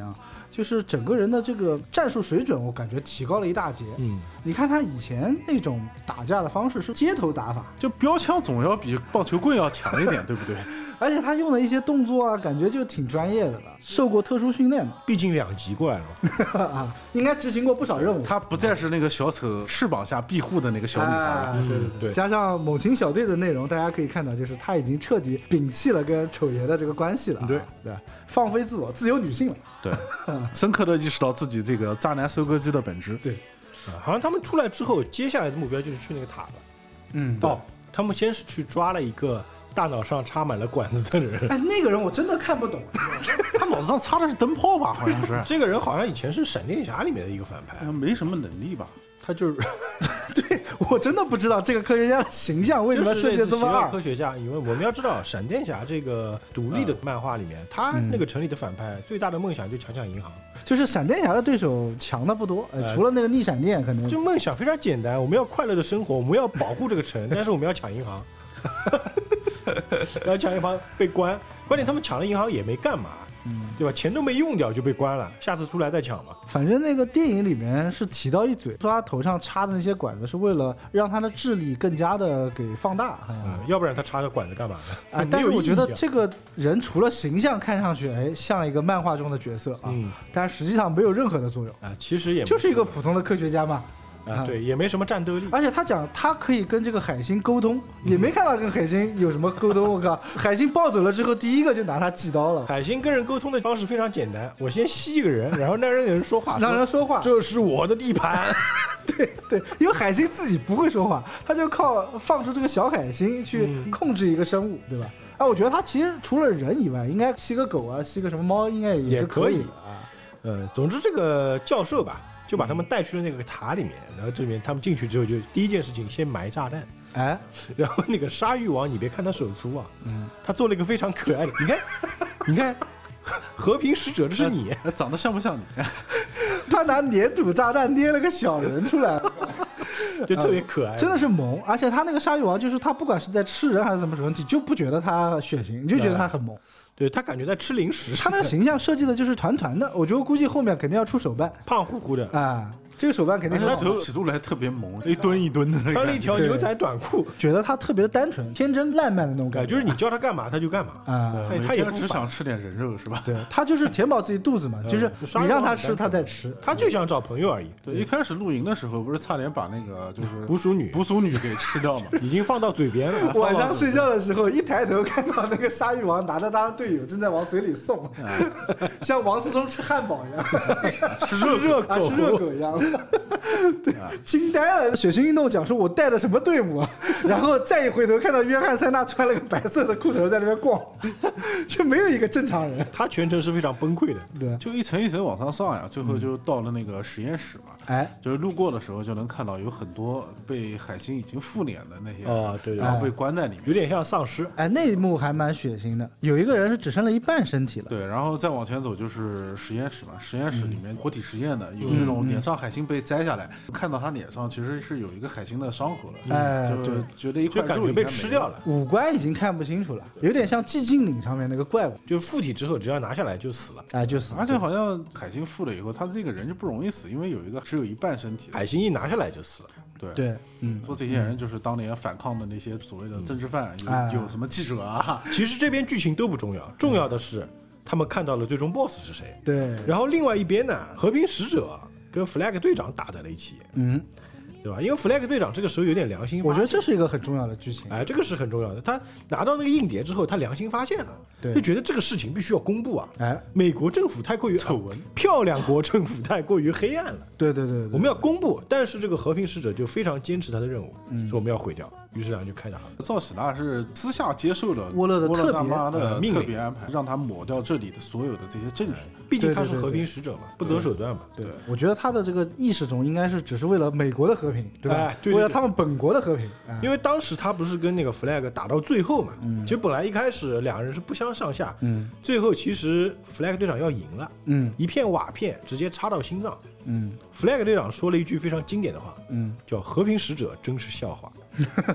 就是整个人的这个战术水准，我感觉提高了一大截。你看他以前那种打架的方式是街头打法， 就标枪总要比棒球棍要强一点，对不对？ 而且他用的一些动作啊，感觉就挺专业的了，受过特殊训练的。 毕竟2级过来了啊，应该执行过不少任务。 他不再是那个小丑翅膀下庇护的那个小女孩。 对，加上猛禽小队的内容，大家可以看到，就是他已经彻底摒弃了跟丑爷的这个关系了。对，放飞自我，自由女性了。 对，深刻的意识到自己这个渣男收割机的本质。 对， 好像他们出来之后，接下来的目标就是去那个塔了。他们先是去抓了一个大脑上插满了管子的人。 哎，那个人我真的看不懂， 他脑子上插的是灯泡吧？好像是。 这个人好像以前是闪电侠里面的一个反派， 没什么能力吧？ 他就是， 对我真的不知道这个科学家的形象为什么设计这么二。 科学家，因为我们要知道，闪电侠这个独立的漫画里面，他那个城里的反派最大的梦想就抢银行。 就是闪电侠的对手强的不多，除了那个逆闪电，可能就梦想非常简单，我们要快乐的生活，我们要保护这个城，但是我们要抢银行。然后抢银行被关键他们抢了银行也没干嘛，对吧？钱都没用掉就被关了，下次出来再抢嘛。 反正那个电影里面是提到一嘴，说他头上插的那些管子是为了让他的智力更加的给放大， 要不然他插着管子干嘛呢？ 但是我觉得这个人除了形象看上去像一个漫画中的角色啊，但实际上没有任何的作用啊，其实也就是一个普通的科学家嘛。 对，也没什么战斗力。 而且他讲他可以跟这个海星沟通，也没看到跟海星有什么沟通。我靠，海星抱走了之后，第一个就拿他寄刀了。 海星跟人沟通的方式非常简单，我先吸一个人，然后让人说话， 让人说话， 这是我的地盘。 对，因为海星自己不会说话，他就靠放出这个小海星去控制一个生物，对吧？我觉得他其实除了人以外，应该吸个狗啊，吸个什么猫，应该也是可以啊。总之这个教授吧，就把他们带去了那个塔里面，然后这里面他们进去之后，就第一件事情先埋炸弹，然后那个鲨鱼王，你别看他手粗啊，他做了一个非常可爱的，你看，和平使者，这是你， 长得像不像你？ 他拿粘土炸弹捏了个小人出来， 就特别可爱， 真的是萌。而且他那个鲨鱼王，就是他不管是在吃人还是什么时候，你就不觉得他血腥，你就觉得他很萌。 对，他感觉在吃零食， 他那个形象设计的就是团团的，我觉得估计后面肯定要出手办， 胖乎乎的啊。这个手办肯定他尺度还特别萌，一吨一吨的， 穿了一条牛仔短裤， 觉得他特别的单纯、天真烂漫的那种感觉， 就是你叫他干嘛他就干嘛啊。 他也只想吃点人肉是吧？ 对，他就是填饱自己肚子嘛，就是你让他吃他再吃， 他就想找朋友而已。 对，一开始露营的时候不是差点把那个就是捕鼠女给吃掉嘛， 已经放到嘴边了。 晚上睡觉的时候一抬头看到那个鲨鱼王拿着他的队友正在往嘴里送，像王思聪吃汉堡一样， 吃热狗一样。对，惊呆了！血腥运动讲说我带的什么队伍啊？然后再一回头看到约翰塞纳穿了个白色的裤头在那边逛，就没有一个正常人。 他全程是非常崩溃的， 对， 就一层一层往上上呀，最后就到了那个实验室嘛。就是路过的时候就能看到有很多被海星已经复脸的那些对， 然后被关在里面， 有点像丧尸。 那一幕还蛮血腥的，有一个人是只剩了一半身体了。 对，然后再往前走就是实验室嘛，实验室里面活体实验的，有那种脸上海星被摘下来。看到他脸上其实是有一个海星的伤口了，就觉得一块就感觉被吃掉了， 五官已经看不清楚了，有点像寂静岭上面那个怪物， 就附体之后只要拿下来就死了， 就死了。 而且好像海星附了以后，他这个人就不容易死，因为有一个只有一半身体， 海星一拿下来就死了。 对， 说这些人就是当年反抗的那些所谓的政治犯，有什么记者啊？ 其实这边剧情都不重要，重要的是他们看到了最终 BOSS 是谁。 对， 然后另外一边呢，和平使者跟 Flag 队长打在了一起，对吧？因为 Flag 队长这个时候有点良心发现， 我觉得这是一个很重要的剧情。 这个是很重要的。他拿到那个硬碟之后，他良心发现了，就觉得这个事情必须要公布啊！美国政府太过于丑闻， 漂亮国政府太过于黑暗了。 对， 我们要公布。但是这个和平使者就非常坚持他的任务，说我们要毁掉。于是两人就开打了。 赵喜娜是私下接受了沃勒的特别安排，让他抹掉这里的所有的这些证据。 毕竟他是和平使者嘛，不择手段嘛。 对，我觉得他的这个意识中应该是只是为了美国的和平，对吧？为了他们本国的和平。 因为当时他不是跟那个 Flag 打到最后嘛，其实本来一开始两人是不相上下，最后其实 Flag 队长要赢了，一片瓦片直接插到心脏。Flag 队长说了一句非常经典的话，叫和平使者真是笑话。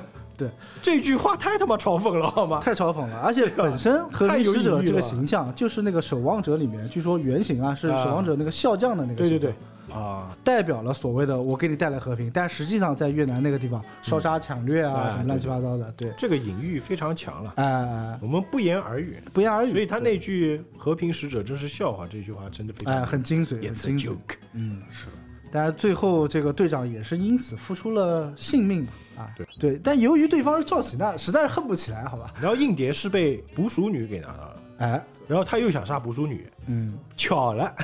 对， 这句话太他妈嘲讽了，好吗？ 太嘲讽了，而且本身和平使者这个形象就是那个守望者里面，据说原型是守望者那个笑将的那个形象。 对代表了所谓的我给你带来和平，但实际上在越南那个地方烧杀抢掠什么乱七八糟的。对， 这个隐喻非常强了。我们不言而喻。所以他那句和平使者真是笑话，这句话真的非常很精髓， 很精髓。 是的。 但是最后这个队长也是因此付出了性命对，但由于对方是赵喜娜，实在是恨不起来，好吧。 然后硬碟是被捕鼠女给拿到了，然后他又想杀捕鼠女，巧了。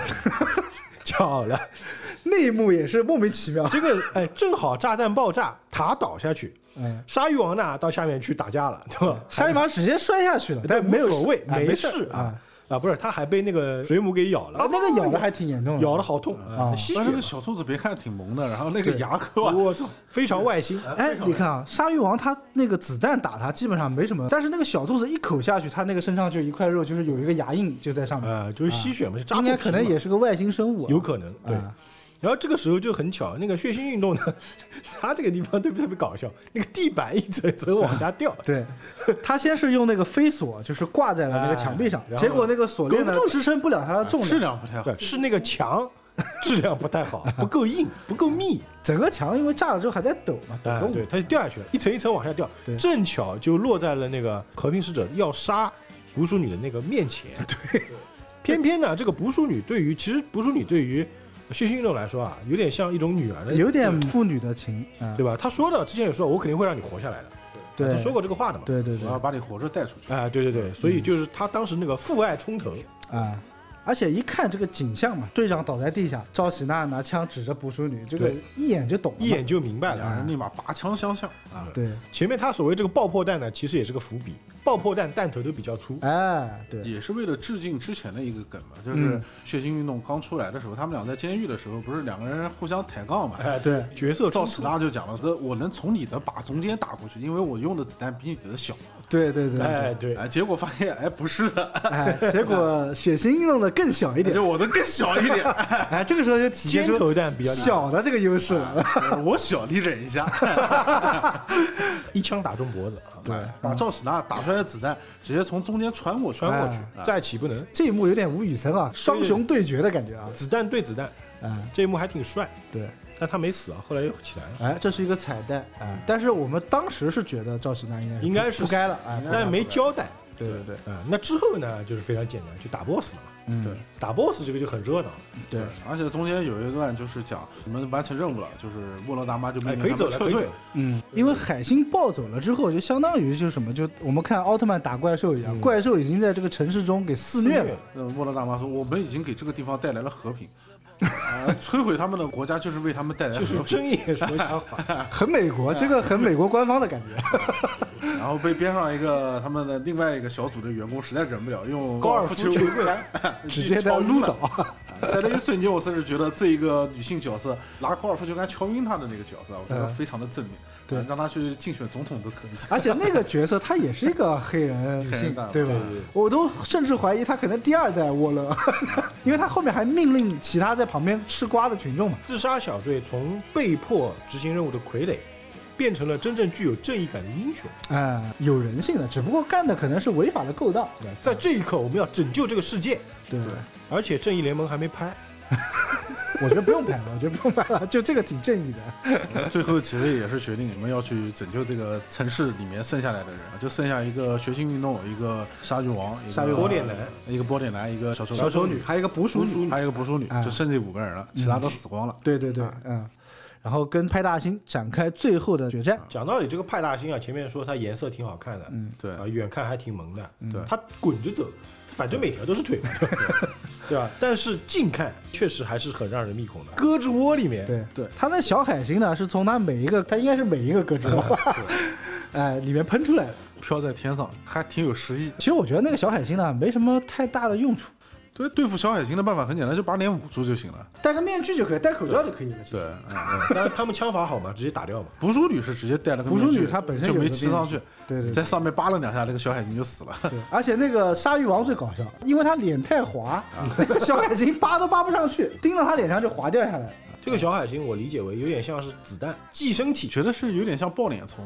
那一幕也是莫名其妙。 这个正好炸弹爆炸，塔倒下去，鲨鱼王呢到下面去打架了，对吧？ 鲨鱼王直接摔下去了，但没有所谓，没事不是，他还被那个水母给咬了那个咬的还挺严重的， 咬的好痛吸血。 那个小兔子别看挺萌的，然后那个牙科， 我操，非常外星。 你看鲨鱼王他那个子弹打他基本上没什么，但是那个小兔子一口下去，他那个身上就一块肉，就是有一个牙印就在上面就是吸血嘛， 应该可能也是个外星生物有可能对。然后这个时候就很巧，那个血腥运动呢，它这个地方特别搞笑，那个地板一层层往下掉。 对，他先是用那个飞索，就是挂在了那个墙壁上，结果那个锁链呢支撑不了它的重量， 质量不太好， 是那个墙质量不太好，不够硬，不够密。 整个墙因为炸了之后还在抖嘛，抖动， 对，它就掉下去了，一层一层往下掉，正巧就落在了那个和平使者要杀捕鼠女的那个面前。 对， 偏偏呢，这个捕鼠女其实捕鼠女对于血腥运动来说有点像一种女儿的， 有点父女的情， 对吧？他说的之前也说，我肯定会让你活下来的， 对， 他说过这个话的嘛。 对， 我要把你活着带出去。 对，所以就是他当时那个父爱冲头而且一看这个景象嘛，队长倒在地下，赵喜娜拿枪指着捕鼠女，这个一眼就懂了， 一眼就明白了， 两人立马拔枪相向对， 前面他所谓这个爆破弹呢，其实也是个伏笔。爆破弹弹头都比较粗， 对， 也是为了致敬之前的一个梗嘛，就是血腥运动刚出来的时候，他们俩在监狱的时候，不是两个人互相抬杠嘛？ 对， 角色赵喜娜就讲了说，我能从你的靶中间打过去，因为我用的子弹比你的小。 对， 结果发现不是的， 结果血腥运动的更小一点， 就我的更小一点， 这个时候就体现出尖头弹比较小的这个优势了。 我小，你忍一下， 一枪打中脖子。 对，把赵喜娜打出来的子弹直接从中间穿过去， 再起不能。 这一幕有点吴宇森双雄对决的感觉子弹对子弹，这一幕还挺帅。 对， 但他没死后来又起来了。 这是一个彩蛋但是我们当时是觉得赵喜娜应该是不该了但没交代。 对， 那之后呢，就是非常简单，就打 BOSS 了嘛。对，打 BOSS 这个就很热闹。 对，而且中间有一段就是讲你们完成任务了，就是沃洛大妈就可以走了， 撤退。 因为海星暴走了之后，就相当于就是什么，就我们看奥特曼打怪兽一样，怪兽已经在这个城市中给肆虐了。 沃洛大妈说：“我们已经给这个地方带来了和平。”摧毁他们的国家就是为他们带来就是睁眼说瞎话， 很美国，这个很美国官方的感觉。 然后被边上一个他们的另外一个小组的员工实在忍不了，用高尔夫球杆直接在撸倒。 在那一瞬间，我甚至觉得这一个女性角色拿高尔夫球杆敲晕他的那个角色，我觉得非常的正面。 对， 让他去竞选总统都可以。 而且那个角色她也是一个黑人女性，对吧？我都甚至怀疑她可能第二代沃勒，因为她后面还命令其他在旁边吃瓜的群众嘛。 自杀小队从被迫执行任务的傀儡，变成了真正具有正义感的英雄， 有人性的，只不过干的可能是违法的勾当。 在这一刻，我们要拯救这个世界。 对， 而且正义联盟还没拍。 我觉得不用拍了，就这个挺正义的。 最后其实也是决定你们要去拯救这个城市里面剩下来的人，就剩下一个血腥运动，一个鲨鱼王，一个波点男，一个小丑女， 还有一个捕鼠女， 就剩这5个人了，其他都死光了。 对，然后跟派大星展开最后的决战。 讲道理，这个派大星前面说它颜色挺好看的， 对远看还挺萌的， 对， 它滚着走，反正每条都是腿，对吧？但是近看确实还是很让人密恐的，胳肢窝里面， 对，它那小海星呢，是从它应该是每一个胳肢窝，里面喷出来的， 飘在天上，还挺有诗意。 其实我觉得那个小海星呢，没什么太大的用处。 对付小海星的办法很简单，就把脸捂住就行了， 戴个面具就可以，戴口罩就可以了。 对， 当然他们枪法好嘛，直接打掉嘛。 捕鼠女是直接戴了个面具， 捕鼠女她本身就没骑上去， 对， 在上面扒了2下，那个小海星就死了。 对，而且那个鲨鱼王最搞笑，因为他脸太滑，小海星扒都扒不上去，钉到他脸上就滑掉下来。 这个小海星我理解为有点像是子弹寄生体， 觉得是有点像抱脸虫。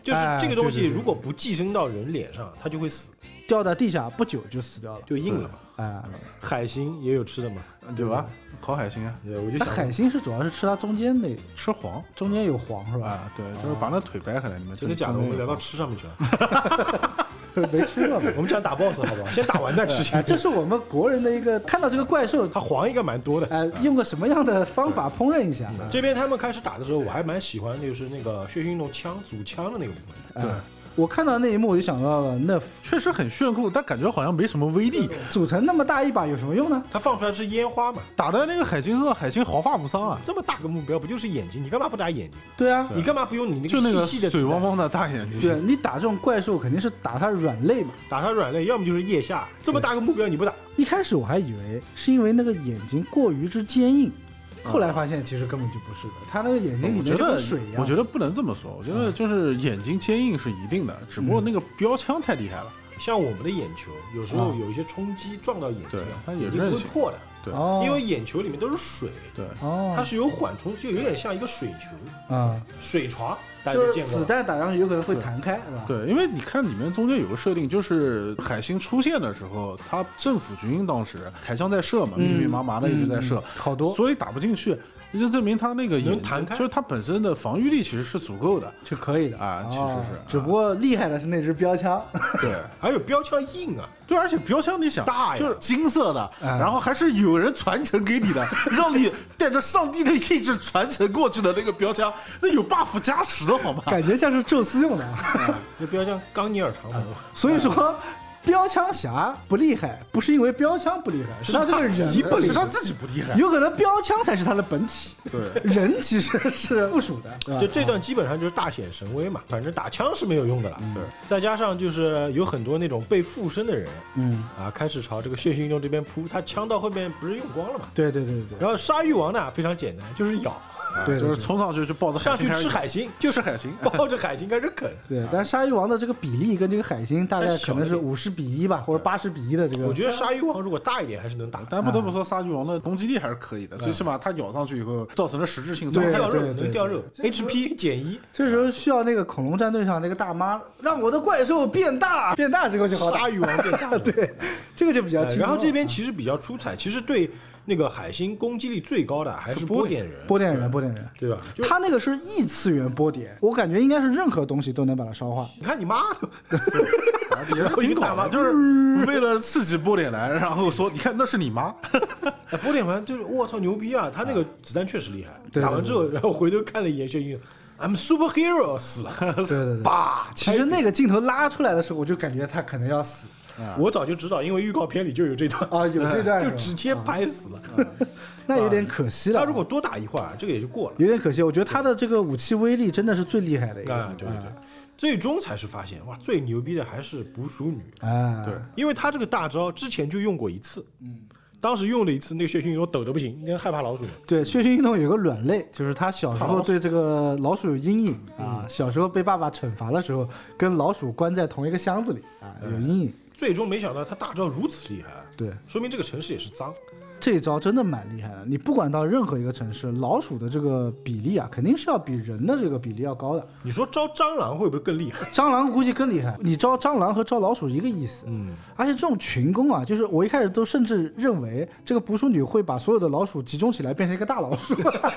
就是这个东西如果不寄生到人脸上，它就会死， 掉在地下不久就死掉了， 就硬了嘛。海星也有吃的嘛， 对吧？烤海星啊， 对，我就想海星是主要是吃它中间的， 吃黄， 中间有黄是吧？ 对，就是把那腿掰开来，你们真的假的？我们聊到吃上面去了。 没吃过， 我们讲打 boss 好不好？先打完再吃。 这是我们国人的一个看到这个怪兽， 它黄应该蛮多的。 用个什么样的方法烹饪一下？ 这边他们开始打的时候，我还蛮喜欢，就是那个血腥运动枪组枪的那个部分。 对。我看到那一幕，我就想到了Nerf， 确实很炫酷，但感觉好像没什么威力。 组成那么大一把有什么用呢？ 它放出来是烟花嘛， 打在那个海星上，海星毫发无伤啊。 这么大个目标不就是眼睛？你干嘛不打眼睛？ 对啊， 你干嘛不用你那个就那个细的水汪汪的大眼睛？ 对，你打这种怪兽肯定是打它软肋嘛， 打它软肋，要么就是腋下。这么大个目标你不打？ 一开始我还以为是因为那个眼睛过于之坚硬。后来发现其实根本就不是的，他那个眼睛里面跟水一样。 我觉得不能这么说，我觉得就是眼睛坚硬是一定的，只不过那个标枪太厉害了。 像我们的眼球，有时候有一些冲击撞到眼睛， 它也会破的。 对， 因为眼球里面都是水， 对， 它是有缓冲，就有点像一个水球水床，大家就是子弹打上去有可能会弹开，是吧？ 对，因为你看里面中间有个设定，就是海星出现的时候，他政府军当时抬枪在射嘛，密密麻麻的一直在射， 好多， 所以打不进去。就证明他那个能弹开， 就是他本身的防御力其实是足够的， 是可以的啊，其实是。 只不过厉害的是那支标枪， 对， 还有标枪硬啊， 对，而且标枪你想大呀， 就是金色的，然后还是有人传承给你的，让你带着上帝的意志传承过去的那个标枪，那有 buff 加持的好吗？ 感觉像是宙斯用的， 那标枪冈尼尔长矛， 所以说。标枪侠不厉害，不是因为标枪不厉害，是他这个人不厉害， 是他自己不厉害， 有可能标枪才是他的本体， 对， 人其实是附属的。 就这段基本上就是大显神威嘛，反正打枪是没有用的了。对，再加上就是有很多那种被附身的人，开始朝这个血腥运动这边扑，他枪到后面不是用光了嘛？ 对。 然后鲨鱼王呢非常简单，就是咬。 对， 就是冲上去就抱着上去吃海星， 就是海星， 抱着海星开始啃。 对，但是鲨鱼王的这个比例跟这个海星大概可能是50:1吧，或者80:1的这个。 我觉得鲨鱼王如果大一点还是能打， 但不得不说鲨鱼王的攻击力还是可以的，最起码它咬上去以后造成了实质性伤害，能掉肉 ，HP 减1。 这时候需要那个恐龙战队上那个大妈让我的怪兽变大之后就好打。 鲨鱼王变大， 对，这个就比较轻松。 然后这边其实比较出彩，其实对。那个海星攻击力最高的还是波点人，对吧？ 他那个是异次元波点，我感觉应该是任何东西都能把它烧化。 你看你妈的， 也是挺搞嘛，就是为了刺激波点男，然后说你看那是你妈。 波点男就是我操牛逼啊，他那个子弹确实厉害。打完之后，然后回头看了一眼血鹰 ，I'm superhero 死了， 对， 叭！ 其实那个镜头拉出来的时候，我就感觉他可能要死。 我早就知道，因为预告片里就有这段啊，有这段就直接拍死了， 那有点可惜了。 他如果多打一会儿，这个也就过了。 有点可惜，我觉得他的这个武器威力真的是最厉害的一个。 对，最终才是发现哇，最牛逼的还是捕鼠女啊！ 对，因为他这个大招之前就用过一次，当时用了一次，那个血腥运动抖得不行，应该害怕老鼠。 对，血腥运动有个软肋，就是他小时候对这个老鼠有阴影啊，小时候被爸爸惩罚的时候，跟老鼠关在同一个箱子里啊，有阴影。 最终没想到他大招如此厉害， 对， 说明这个城市也是脏。 这一招真的蛮厉害的，你不管到任何一个城市，老鼠的这个比例啊，肯定是要比人的这个比例要高的。 你说招蟑螂会不会更厉害？ 蟑螂估计更厉害，你招蟑螂和招老鼠一个意思。而且这种群攻啊，就是我一开始都甚至认为这个捕鼠女会把所有的老鼠集中起来变成一个大老鼠，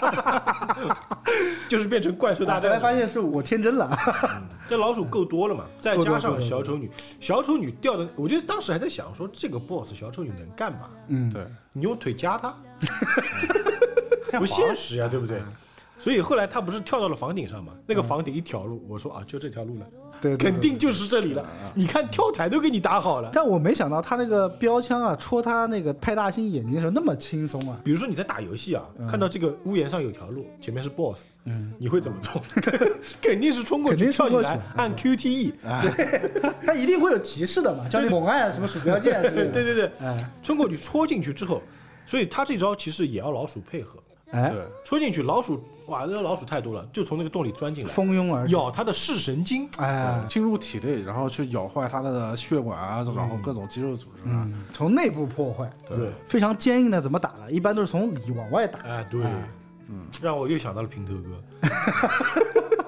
就是变成怪兽大战。 后来发现是我天真了， 这老鼠够多了嘛，再加上小丑女，小丑女掉的，我觉得当时还在想说这个 boss 小丑女能干嘛？ 对， 你用腿夹她，不现实呀，对不对？所以后来他不是跳到了房顶上嘛？那个房顶一条路，我说啊，就这条路了， 对， 肯定就是这里了。你看跳台都给你打好了， 但我没想到他那个标枪啊，戳他那个派大星眼睛的时候那么轻松啊。 比如说你在打游戏啊，看到这个屋檐上有条路，前面是 boss，你会怎么做？肯定是冲过去，跳起来按 QTE， 他一定会有提示的嘛，叫你猛按什么鼠标键。 对，冲过去戳进去之后，所以他这招其实也要老鼠配合。对，戳进去老鼠，哇，这老鼠太多了，就从那个洞里钻进来， 蜂拥而至， 咬它的视神经， 进入体内，然后去咬坏它的血管啊，然后各种肌肉组织啊， 从内部破坏， 对， 非常坚硬的怎么打了？一般都是从里往外打， 对，让我又想到了平头哥。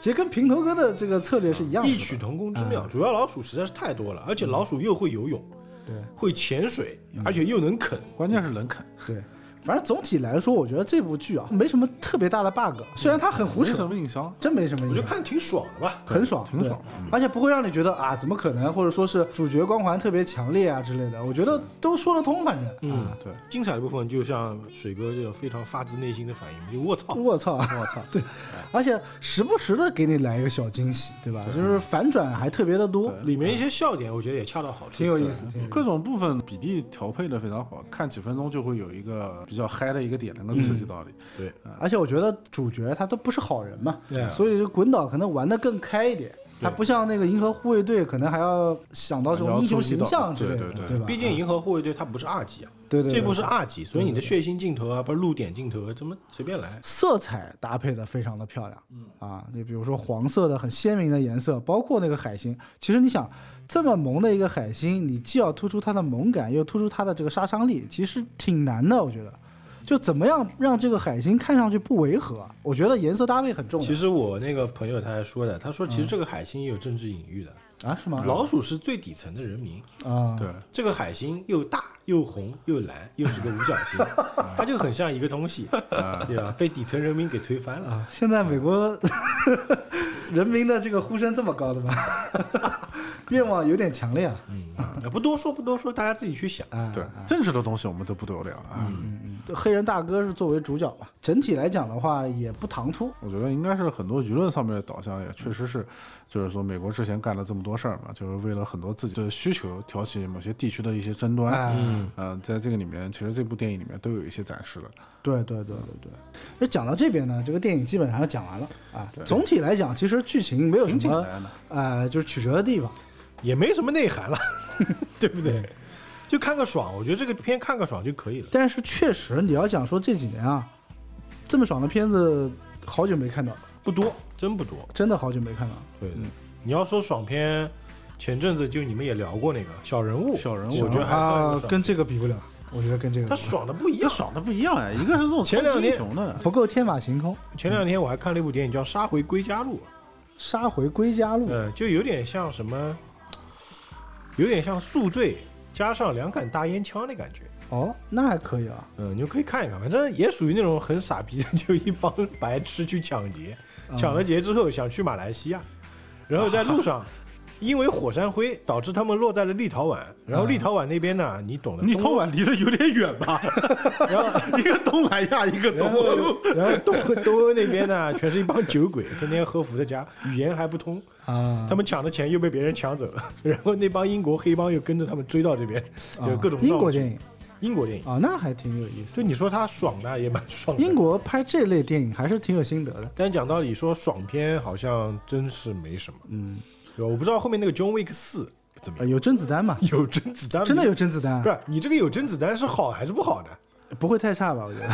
其实跟平头哥的这个策略是一样的， 异曲同工之妙。主要老鼠实在是太多了，而且老鼠又会游泳， 对， 会潜水，而且又能啃， 关键是能啃。 对。反正总体来说，我觉得这部剧啊没什么特别大的 bug， 虽然它很胡扯， 没什么印象， 真没什么印象。 我就看挺爽的吧， 很爽， 挺爽， 而且不会让你觉得啊怎么可能，或者说是主角光环特别强烈啊之类的。我觉得都说得通，反正对，精彩的部分就像水哥这个非常发自内心的反应，就卧槽，对， 而且时不时的给你来一个小惊喜，对吧？就是反转还特别的多， 里面一些笑点我觉得也恰到好处， 挺有意思， 各种部分比例调配的非常好，看几分钟就会有一个比较嗨的一个点。能够刺激到你， 对， 而且我觉得主角他都不是好人嘛， 对， 所以这滚导可能玩得更开一点，他不像那个银河护卫队，可能还要想到这种英雄形象之类的，对吧？ 毕竟银河护卫队它不是2级啊， 对， 这部是2级，所以你的血腥镜头啊，不是露点镜头，怎么随便来？ 色彩搭配的非常的漂亮，就比如说黄色的很鲜明的颜色，包括那个海星，其实你想这么萌的一个海星，你既要突出它的萌感，又突出它的这个杀伤力，其实挺难的，我觉得。就怎么样让这个海星看上去不违和？我觉得颜色搭配很重要。 其实我那个朋友他还说的，他说其实这个海星也有政治隐喻的啊，是吗？ 老鼠是最底层的人民啊， 对， 这个海星又大又红又蓝，又是个五角星，它就很像一个东西，对吧？被底层人民给推翻了。 现在美国人民的这个呼声这么高的吗？愿望有点强烈啊。 不多说，大家自己去想。 对，政治的东西我们都不多聊啊。 黑人大哥是作为主角吧，整体来讲的话也不唐突。 我觉得应该是很多舆论上面的导向也确实是，就是说美国之前干了这么多事儿嘛，就是为了很多自己的需求挑起某些地区的一些争端。在这个里面，其实这部电影里面都有一些展示的。 对。那讲到这边呢，这个电影基本上讲完了啊。总体来讲，其实剧情没有什么就是曲折的地方， 也没什么内涵了，对不对？就看个爽，我觉得这个片看个爽就可以了。 但是确实，你要讲说这几年啊，这么爽的片子好久没看到了， 不多，真不多， 真的好久没看到。 对，你要说爽片，前阵子就你们也聊过那个小人物，我觉得还算跟这个比不了。我觉得跟这个他爽的不一样， 哎，一个是这种前2天不够天马行空。 前2天我还看了一部电影叫《杀回归家路》， 杀回归家路， 就有点像什么，有点像宿醉加上2杆大烟枪的感觉。 哦，那还可以啊。 你就可以看一看，反正也属于那种很傻逼的，就一帮白痴去抢劫，抢了劫之后想去马来西亚，然后在路上。因为火山灰导致他们落在了立陶宛，然后立陶宛那边呢，你懂的， 立陶宛离得有点远吧？然后一个东南亚，一个东欧， 然后东欧那边呢，全是一帮酒鬼，天天喝伏特加，语言还不通啊。他们抢的钱又被别人抢走了，然后那帮英国黑帮又跟着他们追到这边，就各种英国电影啊， 那还挺有意思。 就你说他爽的也蛮爽的。 英国拍这类电影还是挺有心得的， 但讲道理说爽片好像真是没什么。我不知道后面那个 John Wick 4怎么样？ 有甄子丹吗？ 有甄子丹， 真的有甄子丹？ 不是，你这个有甄子丹是好还是不好的？ 不会太差吧？我觉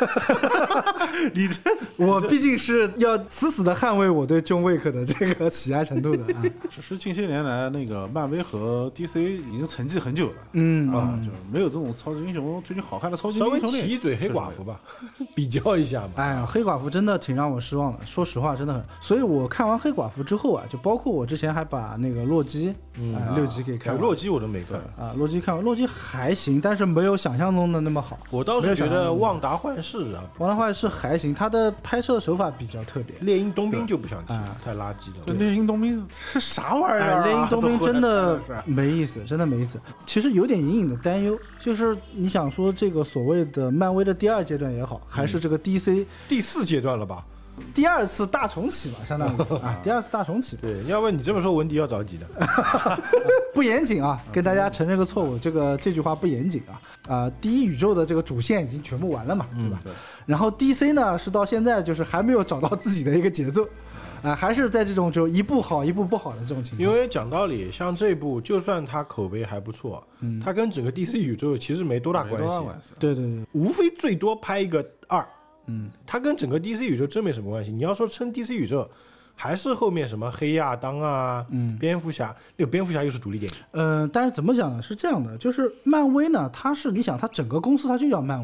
得我毕竟是要死的捍卫我对 John Wick 的这个喜爱程度的啊。 其实近些年来，那个漫威和 DC 已经沉寂很久了，就没有这种超级英雄最近好看的超级英雄。 稍微提一嘴黑寡妇吧，比较一下嘛。 哎呀，黑寡妇真的挺让我失望的，说实话，真的很。所以我看完黑寡妇之后啊，就包括我之前还把那个洛基6集给看完。 洛基我都没看啊，洛基看完，洛基还行，但是没有想象中的那么好。 我倒是觉得旺达幻视还行，他的拍摄手法比较特别。 猎鹰冬兵就不想提，太垃圾了。 猎鹰冬兵是啥玩意儿？ 猎鹰冬兵真的没意思，真的没意思。其实有点隐隐的担忧，就是你想说这个所谓的漫威的第2阶段也好，还是这个 DC 第4阶段了吧？ 第2次大重启吧，相当于第2次大重启。 对，要不然你这么说，文迪要着急的。 不严谨啊，跟大家承认个错误，这句话不严谨啊。第一宇宙的这个主线已经全部完了嘛，对吧？然后 DC 呢是到现在就是还没有找到自己的一个节奏。还是在这种就一步好一步不好的这种情况。 因为讲道理，像这部就算它口碑还不错，它跟整个 DC 宇宙其实没多大关系。 对对对， 无非最多拍一个2。它跟整个 DC 宇宙真没什么关系。你要说称 DC 宇宙，还是后面什么黑亚当啊，蝙蝠侠，那个蝙蝠侠又是独立电影。 但是怎么讲呢？是这样的，就是漫威呢，它是你想，它整个公司它就叫漫威。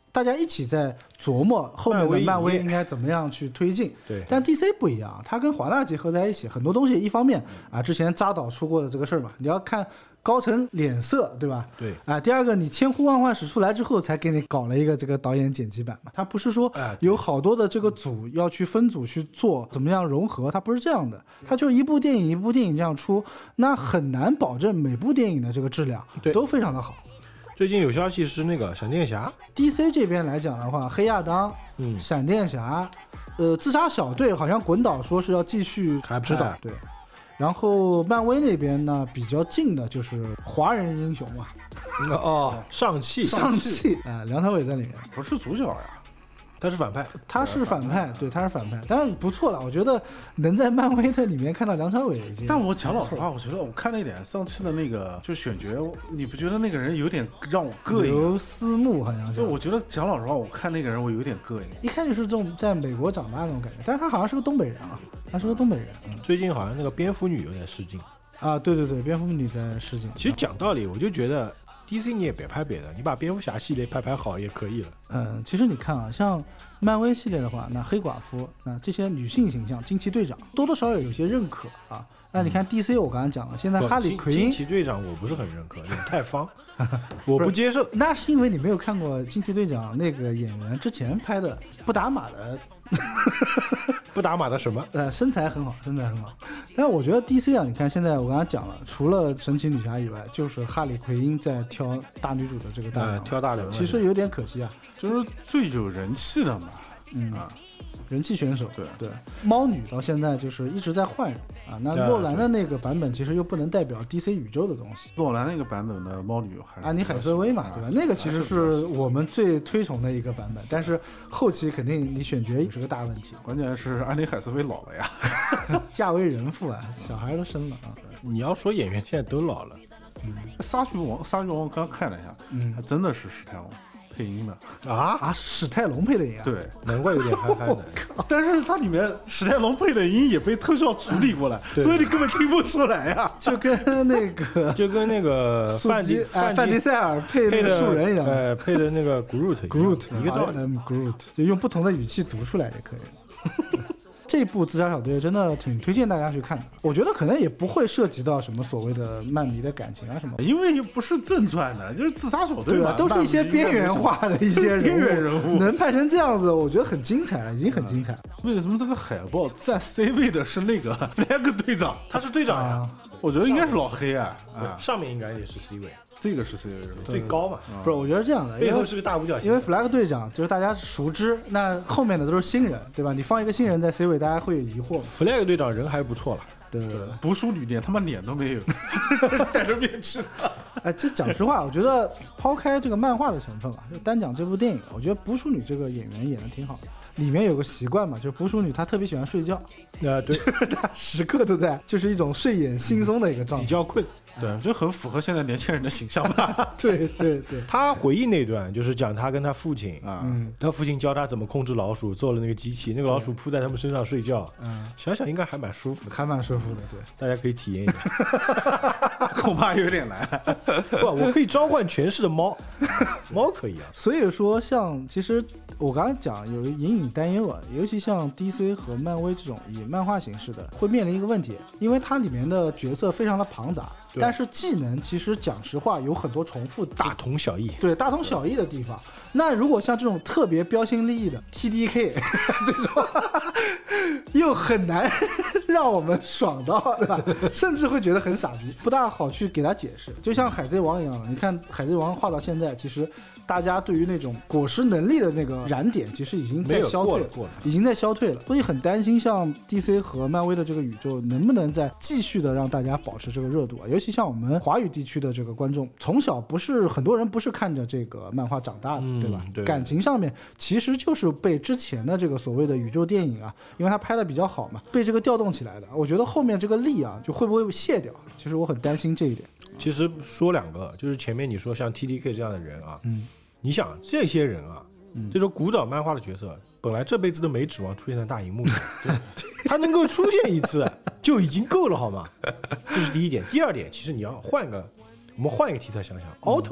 大家一起在琢磨后面的漫威应该怎么样去推进。 对， 但 DC 不一样，它跟华纳结合在一起，很多东西一方面啊，之前扎导出过的这个事儿嘛，你要看高层脸色，对吧？ 对啊，第二个你千呼万唤始出来之后，才给你搞了一个这个导演剪辑版嘛，它不是说有好多的这个组要去分组去做，怎么样融合，它不是这样的，它就是一部电影一部电影这样出，那很难保证每部电影的这个质量都非常的好。 最近有消息是那个闪电侠 ，DC 这边来讲的话，黑亚当、闪电侠，自杀小队好像滚导说是要继续指导，对。然后漫威那边呢，比较近的就是华人英雄嘛， 上汽啊，梁朝伟在里面， 不是主角呀。 他是反派， 对，他是反派，但是不错了，我觉得能在漫威的里面看到梁朝伟已经。 但我讲老实话，我觉得我看那点上期的那个就选角，你不觉得那个人有点让我膈应？ 刘思慕好像是。 就我觉得讲老实话，我看那个人我有点膈应。 一看就是这种在美国长大那种感觉，但是他好像是个东北人啊， 最近好像那个蝙蝠女有在试镜啊，对，蝙蝠女在试镜。 其实讲道理，我就觉得。DC 你也别拍别的，你把蝙蝠侠系列拍好也可以了。 其实你看啊，像漫威系列的话，那黑寡妇，那这些女性形象，惊奇队长多多少少有些认可啊。那你看 DC， 我刚才讲了，现在哈里奎因， 惊奇队长我不是很认可，有点太方，我不接受。 那是因为你没有看过惊奇队长那个演员之前拍的不打码的。 不打码的什么？ 身材很好。但我觉得 DC 啊，你看现在我刚才讲了，除了神奇女侠以外，就是哈里奎因在挑大女主的这个大梁， 挑大梁， 其实有点可惜啊。 就是最有人气的嘛， 人气选手，对，猫女到现在就是一直在换人啊。那洛兰的那个版本其实又不能代表 DC 宇宙的东西。 洛兰那个版本的猫女还是安妮海瑟薇嘛，对吧？那个其实是我们最推崇的一个版本，但是后期肯定你选角也是个大问题。 关键是安妮海瑟薇老了呀， 嫁为人妇啊，小孩都生了啊。 你要说演员现在都老了， 鲨鱼王刚看了一下，还真的是史泰龙配音的啊，史泰龙配的音啊， 对， 难怪有点憨憨的。 但是它里面史泰龙配的音也被特效处理过来，所以你根本听不出来呀， 就跟那个范迪塞尔配的树人一样， 配的那个 Groot 一个道理 ，Groot 就用不同的语气读出来也可以。这部自杀小队真的挺推荐大家去看的，我觉得可能也不会涉及到什么所谓的漫迷的感情啊什么， 因为又不是正传的，就是自杀小队嘛， 都是一些边缘化的一些人物，能拍成这样子，我觉得很精彩了，已经很精彩了。 为什么这个海报占 C 位的是那个 Flag 队长？ 他是队长呀， 我觉得应该是老黑啊， 上面应该也是 C 位。 这个是 C 位最高嘛？ 不是，我觉得这样的， 背后是个大五角形。 因为 Flag 队长就是大家熟知，那后面的都是新人，对吧？你放一个新人在 C 位，大家会有疑惑。 Flag 队长人还不错了， 对， 捕鼠女连他妈脸都没有，戴着面具。 哎，这讲实话，我觉得抛开这个漫画的成分啊，就单讲这部电影，我觉得捕鼠女这个演员演的挺好的。里面有个习惯嘛，就是捕鼠女她特别喜欢睡觉， 对， 就是她时刻都在，就是一种睡眼惺忪的一个状态， 比较困。 对，就很符合现在年轻人的形象吧。 对， 他回忆那段就是讲他跟他父亲他父亲教他怎么控制老鼠，做了那个机器，那个老鼠扑在他们身上睡觉，想想应该还蛮舒服的， 对， 大家可以体验一下。 恐怕有点难。 不，我可以召唤全市的猫，猫可以啊。 所以说，像其实我刚才讲有隐隐担忧啊，尤其像 DC 和漫威这种以漫画形式的，会面临一个问题，因为它里面的角色非常的庞杂。但是技能其实讲实话有很多重复， 大同小异。 对，大同小异的地方。那如果像这种特别标新立异的 TDK 这种，又很难让我们爽到，对吧？甚至会觉得很傻逼，不大好去给他解释。就像海贼王一样，你看海贼王画到现在，其实大家对于那种果实能力的那个燃点，其实已经在消退了，已经在消退了。所以很担心像 DC 和漫威的这个宇宙能不能再继续的让大家保持这个热度啊？尤其像我们华语地区的这个观众，从小不是很多人不是看着这个漫画长大的，对吧？ 对， 感情上面其实就是被之前的这个所谓的宇宙电影啊，因为它拍的比较好嘛，被这个调动起来的。我觉得后面这个力啊，就会不会卸掉？其实我很担心这一点。 其实说两个，就是前面你说像 TDK 这样的人啊，你想这些人啊，这种古早漫画的角色，本来这辈子都没指望出现在大荧幕上，他能够出现一次就已经够了，好吗？这是第一点。第二点，其实你要我们换一个题材想想，奥特曼。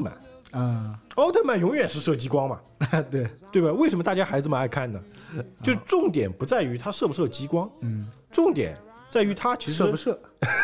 奥特曼永远是射激光嘛，对吧？为什么大家还这么爱看呢？就重点不在于他射不射激光，重点在于他其实射不射。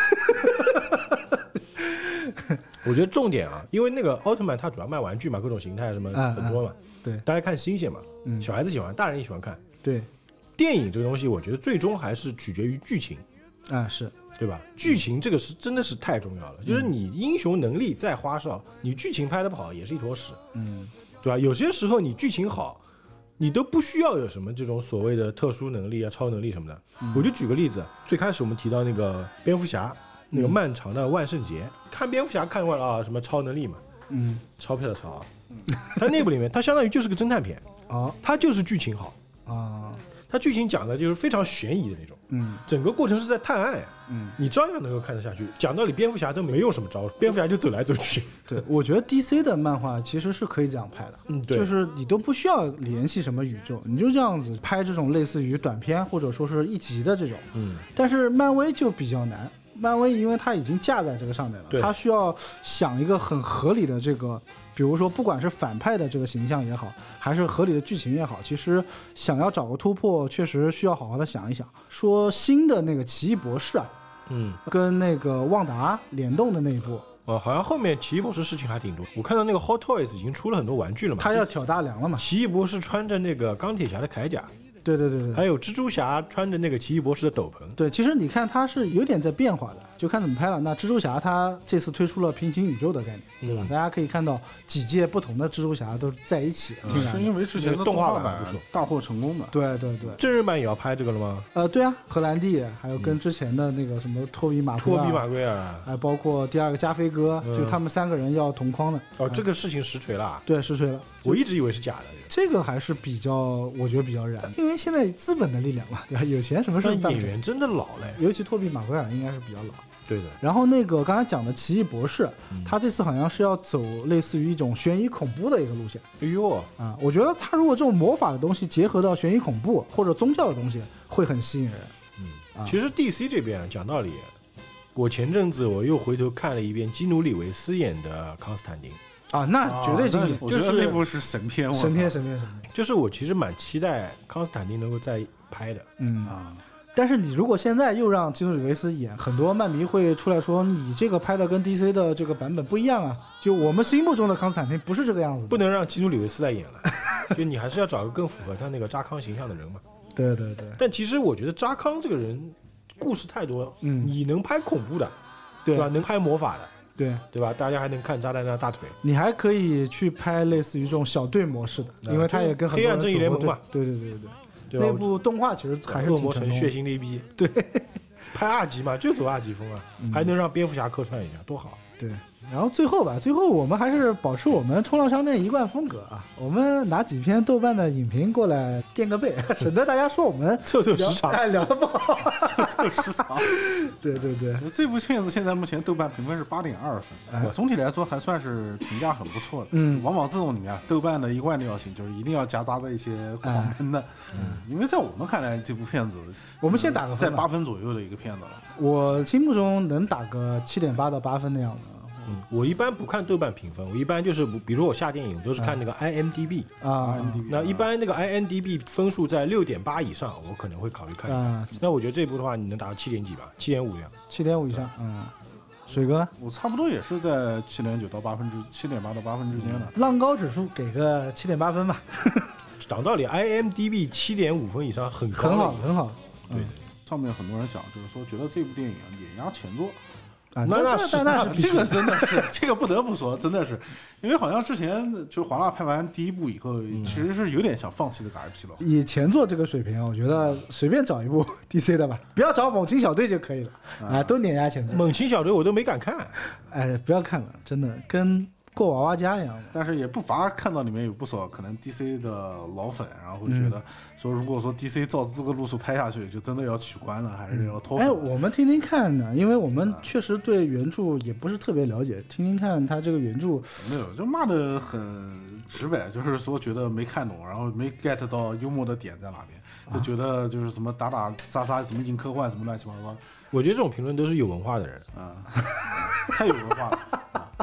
我觉得重点啊，因为那个奥特曼他主要卖玩具嘛，各种形态什么很多嘛， 对， 大家看新鲜嘛，小孩子喜欢，大人也喜欢看。 对， 电影这个东西，我觉得最终还是取决于剧情是对吧？剧情这个是真的是太重要了，就是你英雄能力再花哨，你剧情拍得不好也是一坨屎，对吧？有些时候你剧情好，你都不需要有什么这种所谓的特殊能力啊、超能力什么的。我就举个例子，最开始我们提到那个蝙蝠侠，那个漫长的万圣节，看蝙蝠侠看完了什么超能力嘛，钞票的钞啊，它内部里面它相当于就是个侦探片它就是剧情好它剧情讲的就是非常悬疑的那种，整个过程是在探案，你照样能够看得下去。讲道理，蝙蝠侠都没用什么招，蝙蝠侠就走来走去。 对，我觉得 DC 的漫画其实是可以这样拍的， 对， 就是你都不需要联系什么宇宙，你就这样子拍这种类似于短片或者说是一集的这种，但是漫威就比较难。漫威因为它已经架在这个上面了，它需要想一个很合理的这个，比如说不管是反派的这个形象也好，还是合理的剧情也好，其实想要找个突破，确实需要好好的想一想。说新的那个奇异博士跟那个旺达联动的那一部， 好像后面奇异博士事情还挺多。我看到那个 Hot Toys 已经出了很多玩具了嘛， 他要挑大梁了嘛。 奇异博士穿着那个钢铁侠的铠甲。 对， 还有蜘蛛侠穿着那个奇异博士的斗篷。 对，其实你看它是有点在变化的，就看怎么拍了。那蜘蛛侠它这次推出了平行宇宙的概念，对吧？大家可以看到几届不同的蜘蛛侠都在一起， 是因为之前的动画版不错， 大获成功的。 对， 真人版也要拍这个了吗？ 对啊，荷兰弟，还有跟之前的那个什么托比马圭尔，还包括第二个加菲哥，就他们3个人要同框的。 这个事情实锤了。 对，实锤了。 我一直以为是假的。 这个还是比较，我觉得比较燃，因为现在资本的力量嘛，对吧？有钱什么事干。 演员真的老了， 尤其托比马圭尔应该是比较老。 对的。 然后那个刚才讲的奇异博士，他这次好像是要走类似于一种悬疑恐怖的一个路线。 哎呦我觉得他如果这种魔法的东西结合到悬疑恐怖或者宗教的东西，会很吸引人。 其实 DC 这边讲道理，我前阵子我又回头看了一遍基努里维斯演的康斯坦丁。 那绝对经典， 我觉得那部是神片， 神片。 就是我其实蛮期待康斯坦丁能够再拍的， 但是你如果现在又让基努里维斯演，很多漫迷会出来说你这个拍的跟 DC 的这个版本不一样啊，就我们心目中的康斯坦丁不是这个样子， 不能让基努里维斯再演了，就你还是要找个更符合他那个扎康形象的人嘛。 对。 但其实我觉得扎康这个人故事太多，你能拍恐怖的，对吧？能拍魔法的。对吧？大家还能看炸弹的大腿， 你还可以去拍类似于这种小队模式的，因为他也跟很多黑暗正义联盟嘛。 对，那部动画其实还是恶魔城血腥的一逼。 对， 拍2集嘛，就走2集风啊，还能让蝙蝠侠客串一下，多好。 对，然后最后我们还是保持我们冲浪商店一贯风格啊，我们拿几篇豆瓣的影评过来垫个背，省得大家说我们凑时长， 聊得不好， 凑时长。 对， 这部片子现在目前豆瓣评分是8.2分，总体来说还算是评价很不错的。往往这种里面，豆瓣的一贯调性就是一定要夹杂在一些狂喷的。因为在我们看来，这部片子我们先打个分， 在8分左右的一个片子了。 我心目中能打个7.8到8分的样子。 我一般不看豆瓣评分，我一般就是比如说我下电影都是看那个 IMDB 那一般那个 IMDB 分数在6.8以上，我可能会考虑看一看。那我觉得这部的话，你能达到7点几吧，7.5这样。 7.5以上。水哥呢？ 我差不多也是在7.8到8分之间的。 浪高指数给个7.8分吧。 讲道理 ，IMDB 7.5分以上很高， 很好。 对， 上面很多人讲，就是说觉得这部电影碾压前作。 那是这个真的是，这个不得不说，真的是，因为好像之前就华纳拍完第1部以后，其实是有点想放弃这个 IP 了。 以前作这个水平，我觉得随便找一部 DC 的吧，不要找猛禽小队就可以了都碾压前作。 猛禽小队我都没敢看， 不要看了，真的跟过娃娃家一样的。 但是也不乏看到里面有不少可能 DC 的老粉，然后会觉得说，如果说 DC 照这个路数拍下去，就真的要取关了，还是要脱粉。 我们听听看呢，因为我们确实对原著也不是特别了解，听听看他这个原著。 没有，就骂得很直白，就是说觉得没看懂，然后没 get 到幽默的点在哪边，就觉得就是什么打打杀杀，什么硬科幻，什么乱七八糟。 我觉得这种评论都是有文化的人太有文化了。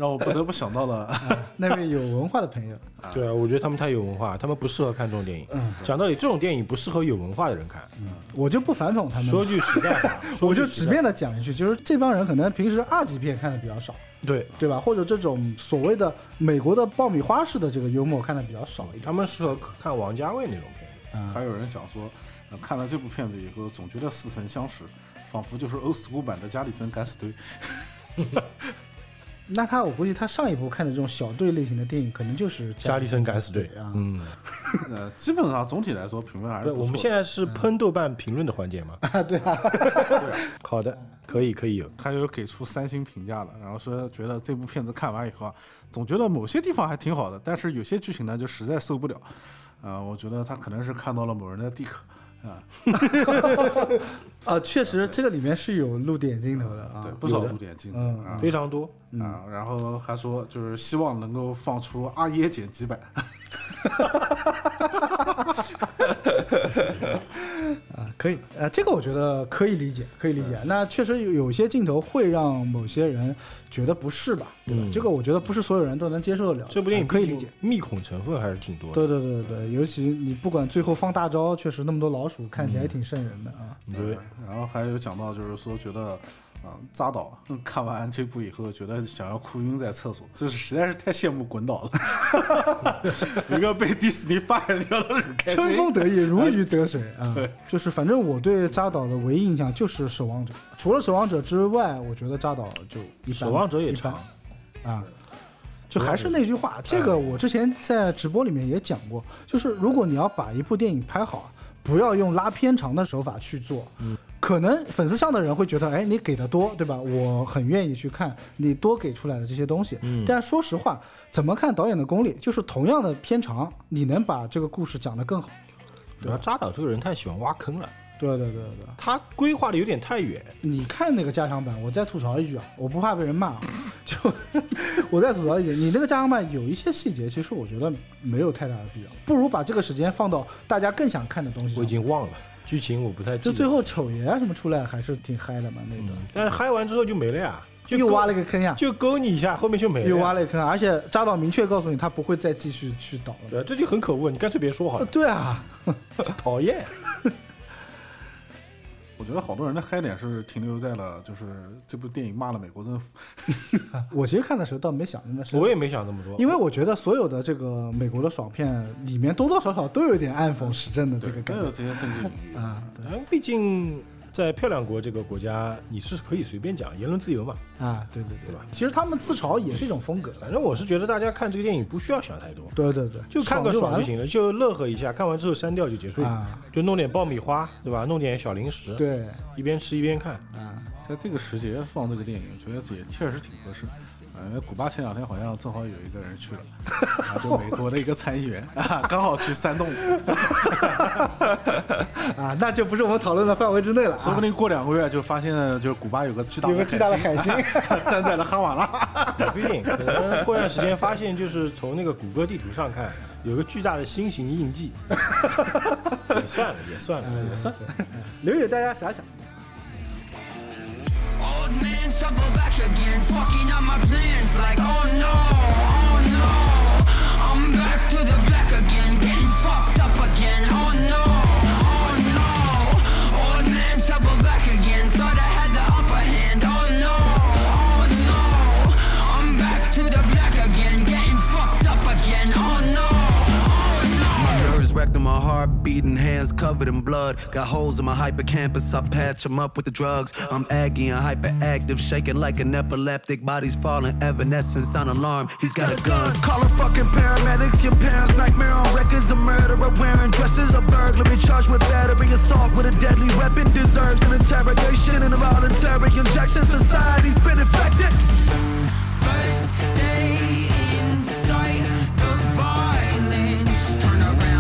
让我不得不想到了那位有文化的朋友。 对啊，我觉得他们太有文化，他们不适合看这种电影。讲道理，这种电影不适合有文化的人看。 我就不反讽他们。 说句实在话， 我就直面的讲一句，就是这帮人可能平时二级片看的比较少，对吧？或者这种所谓的美国的爆米花式的这个幽默看的比较少一点。 他们适合看王家卫那种片子。还有人讲说，看了这部片子以后，总觉得似曾相识，仿佛就是 old school 版的加里森敢死队。 那我估计他上一部看的这种小队类型的电影，可能就是加里森敢死队啊。 基本上总体来说评论还是不错的。 我们现在是喷豆瓣评论的环节嘛？ 对啊。 好的，可以有。 还有给出3星评价了，然后说觉得这部片子看完以后啊，总觉得某些地方还挺好的，但是有些剧情呢就实在受不了。我觉得他可能是看到了某人的地壳。 确实这个里面是有露点镜头的啊， 对，不少露点镜头， 非常多啊。然后还说就是希望能够放出阿耶剪辑版。 可以，这个我觉得可以理解。那确实有些镜头会让某些人觉得不适吧，对吧？这个我觉得不是所有人都能接受得了。 这部电影可以理解， 密孔成分还是挺多的。 对，尤其你不管最后放大招，确实那么多老鼠，看起来也挺瘆人的啊。 对，然后还有讲到就是说觉得。扎导看完这部以后，觉得想要哭晕在厕所，这是实在是太羡慕滚导了。一个被迪士尼发扬掉的人， 春风得意，如鱼得水啊！就是反正我对扎导的唯一印象就是《守望者》，除了《守望者》之外，我觉得扎导就一般。 守望者也长啊。就还是那句话，这个我之前在直播里面也讲过，就是如果你要把一部电影拍好，不要用拉片长的手法去做。可能粉丝向的人会觉得，哎，你给的多，对吧？我很愿意去看你多给出来的这些东西。但说实话，怎么看导演的功力，就是同样的片长，你能把这个故事讲得更好。 对吧？扎导这个人太喜欢挖坑了。 对， 他规划的有点太远。 你看那个加长版，我再吐槽一句啊，我不怕被人骂，就我再吐槽一句，你那个加长版有一些细节，其实我觉得没有太大的必要，不如把这个时间放到大家更想看的东西上。 我已经忘了。剧情我不太记得， 就最后丑爷啊什么出来还是挺嗨的嘛那个， 但是嗨完之后就没了呀， 又挖了个坑呀， 就勾你一下，后面就没了， 又挖了个坑，而且扎导明确告诉你他不会再继续去导了， 对，这就很可恶，你干脆别说好了。 对啊， 讨厌。 我觉得好多人的嗨点是停留在了就是这部电影骂了美国政府。 我其实看的时候倒没想那么深， 我也没想那么多， 因为我觉得所有的这个美国的爽片里面多多少少都有点暗讽时政的这个感觉， 都有这些政治隐喻啊。 毕竟在漂亮国这个国家，你是可以随便讲言论自由嘛。 啊，对吧？其实他们自嘲也是一种风格。 反正我是觉得大家看这个电影不需要想太多。 对， 就看个爽就行了，就乐呵一下，看完之后删掉就结束了。就弄点爆米花，对吧？弄点小零食， 对， 一边吃一边看。 在这个时节放这个电影，觉得也确实挺合适。古巴前2天好像正好有一个人去了，就美国的一个参议员刚好去煽动啊，那就不是我们讨论的范围之内了。 说不定过2个月就发现就是古巴有个巨大的海星站在了哈瓦那。 不一定，可能过段时间发现就是从那个谷歌地图上看有个巨大的心形印记。也算了。 留给大家想想。 Man, trouble back again, fucking up my plans like oh no, I'm back to the black again, getting fucked up again, oh no, old man, trouble back again, thought I had the upper hand, oh no, I'm back to the black again, getting fucked up again, oh no. Wrecked on my heart beating, hands covered in blood. Got holes in my hippocampus, I patch them up with the drugs. I'm aggy and hyperactive, shaking like an epileptic. Body's falling, evanescence on alarm. He's got a gun. Call a fucking paramedics. Your parents' nightmare on records. A murderer wearing dresses. A burglary charged with battery, assault with a deadly weapon. Deserves an interrogation and a voluntary injection. Society's been infected. First day in sight, the violence turn around.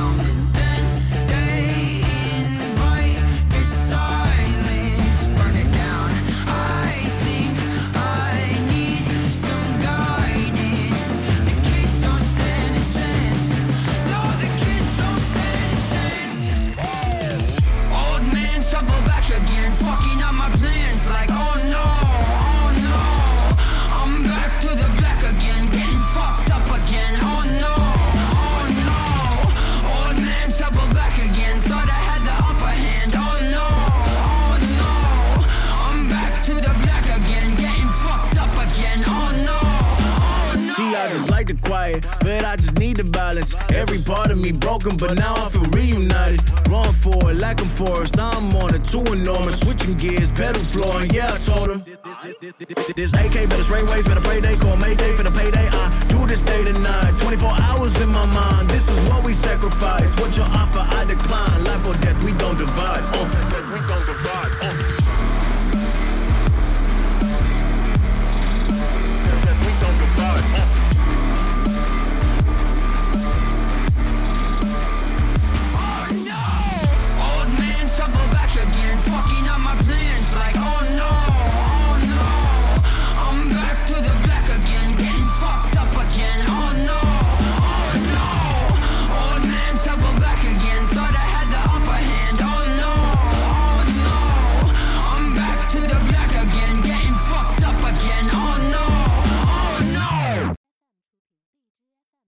Silence, burn it down. I think I need some guidance. The kids don't stand a chance. No, the kids don't stand a chance. Old man, trouble back again, fucking up my plans like oh no, I'm I just like the quiet, but I just need the balance. Every part of me broken, but now I feel reunited. Run for it like I'm Forrest, I'm on it, too enormous. Switching gears, pedal flooring, yeah, I told him. This AK better spray waist, better pray they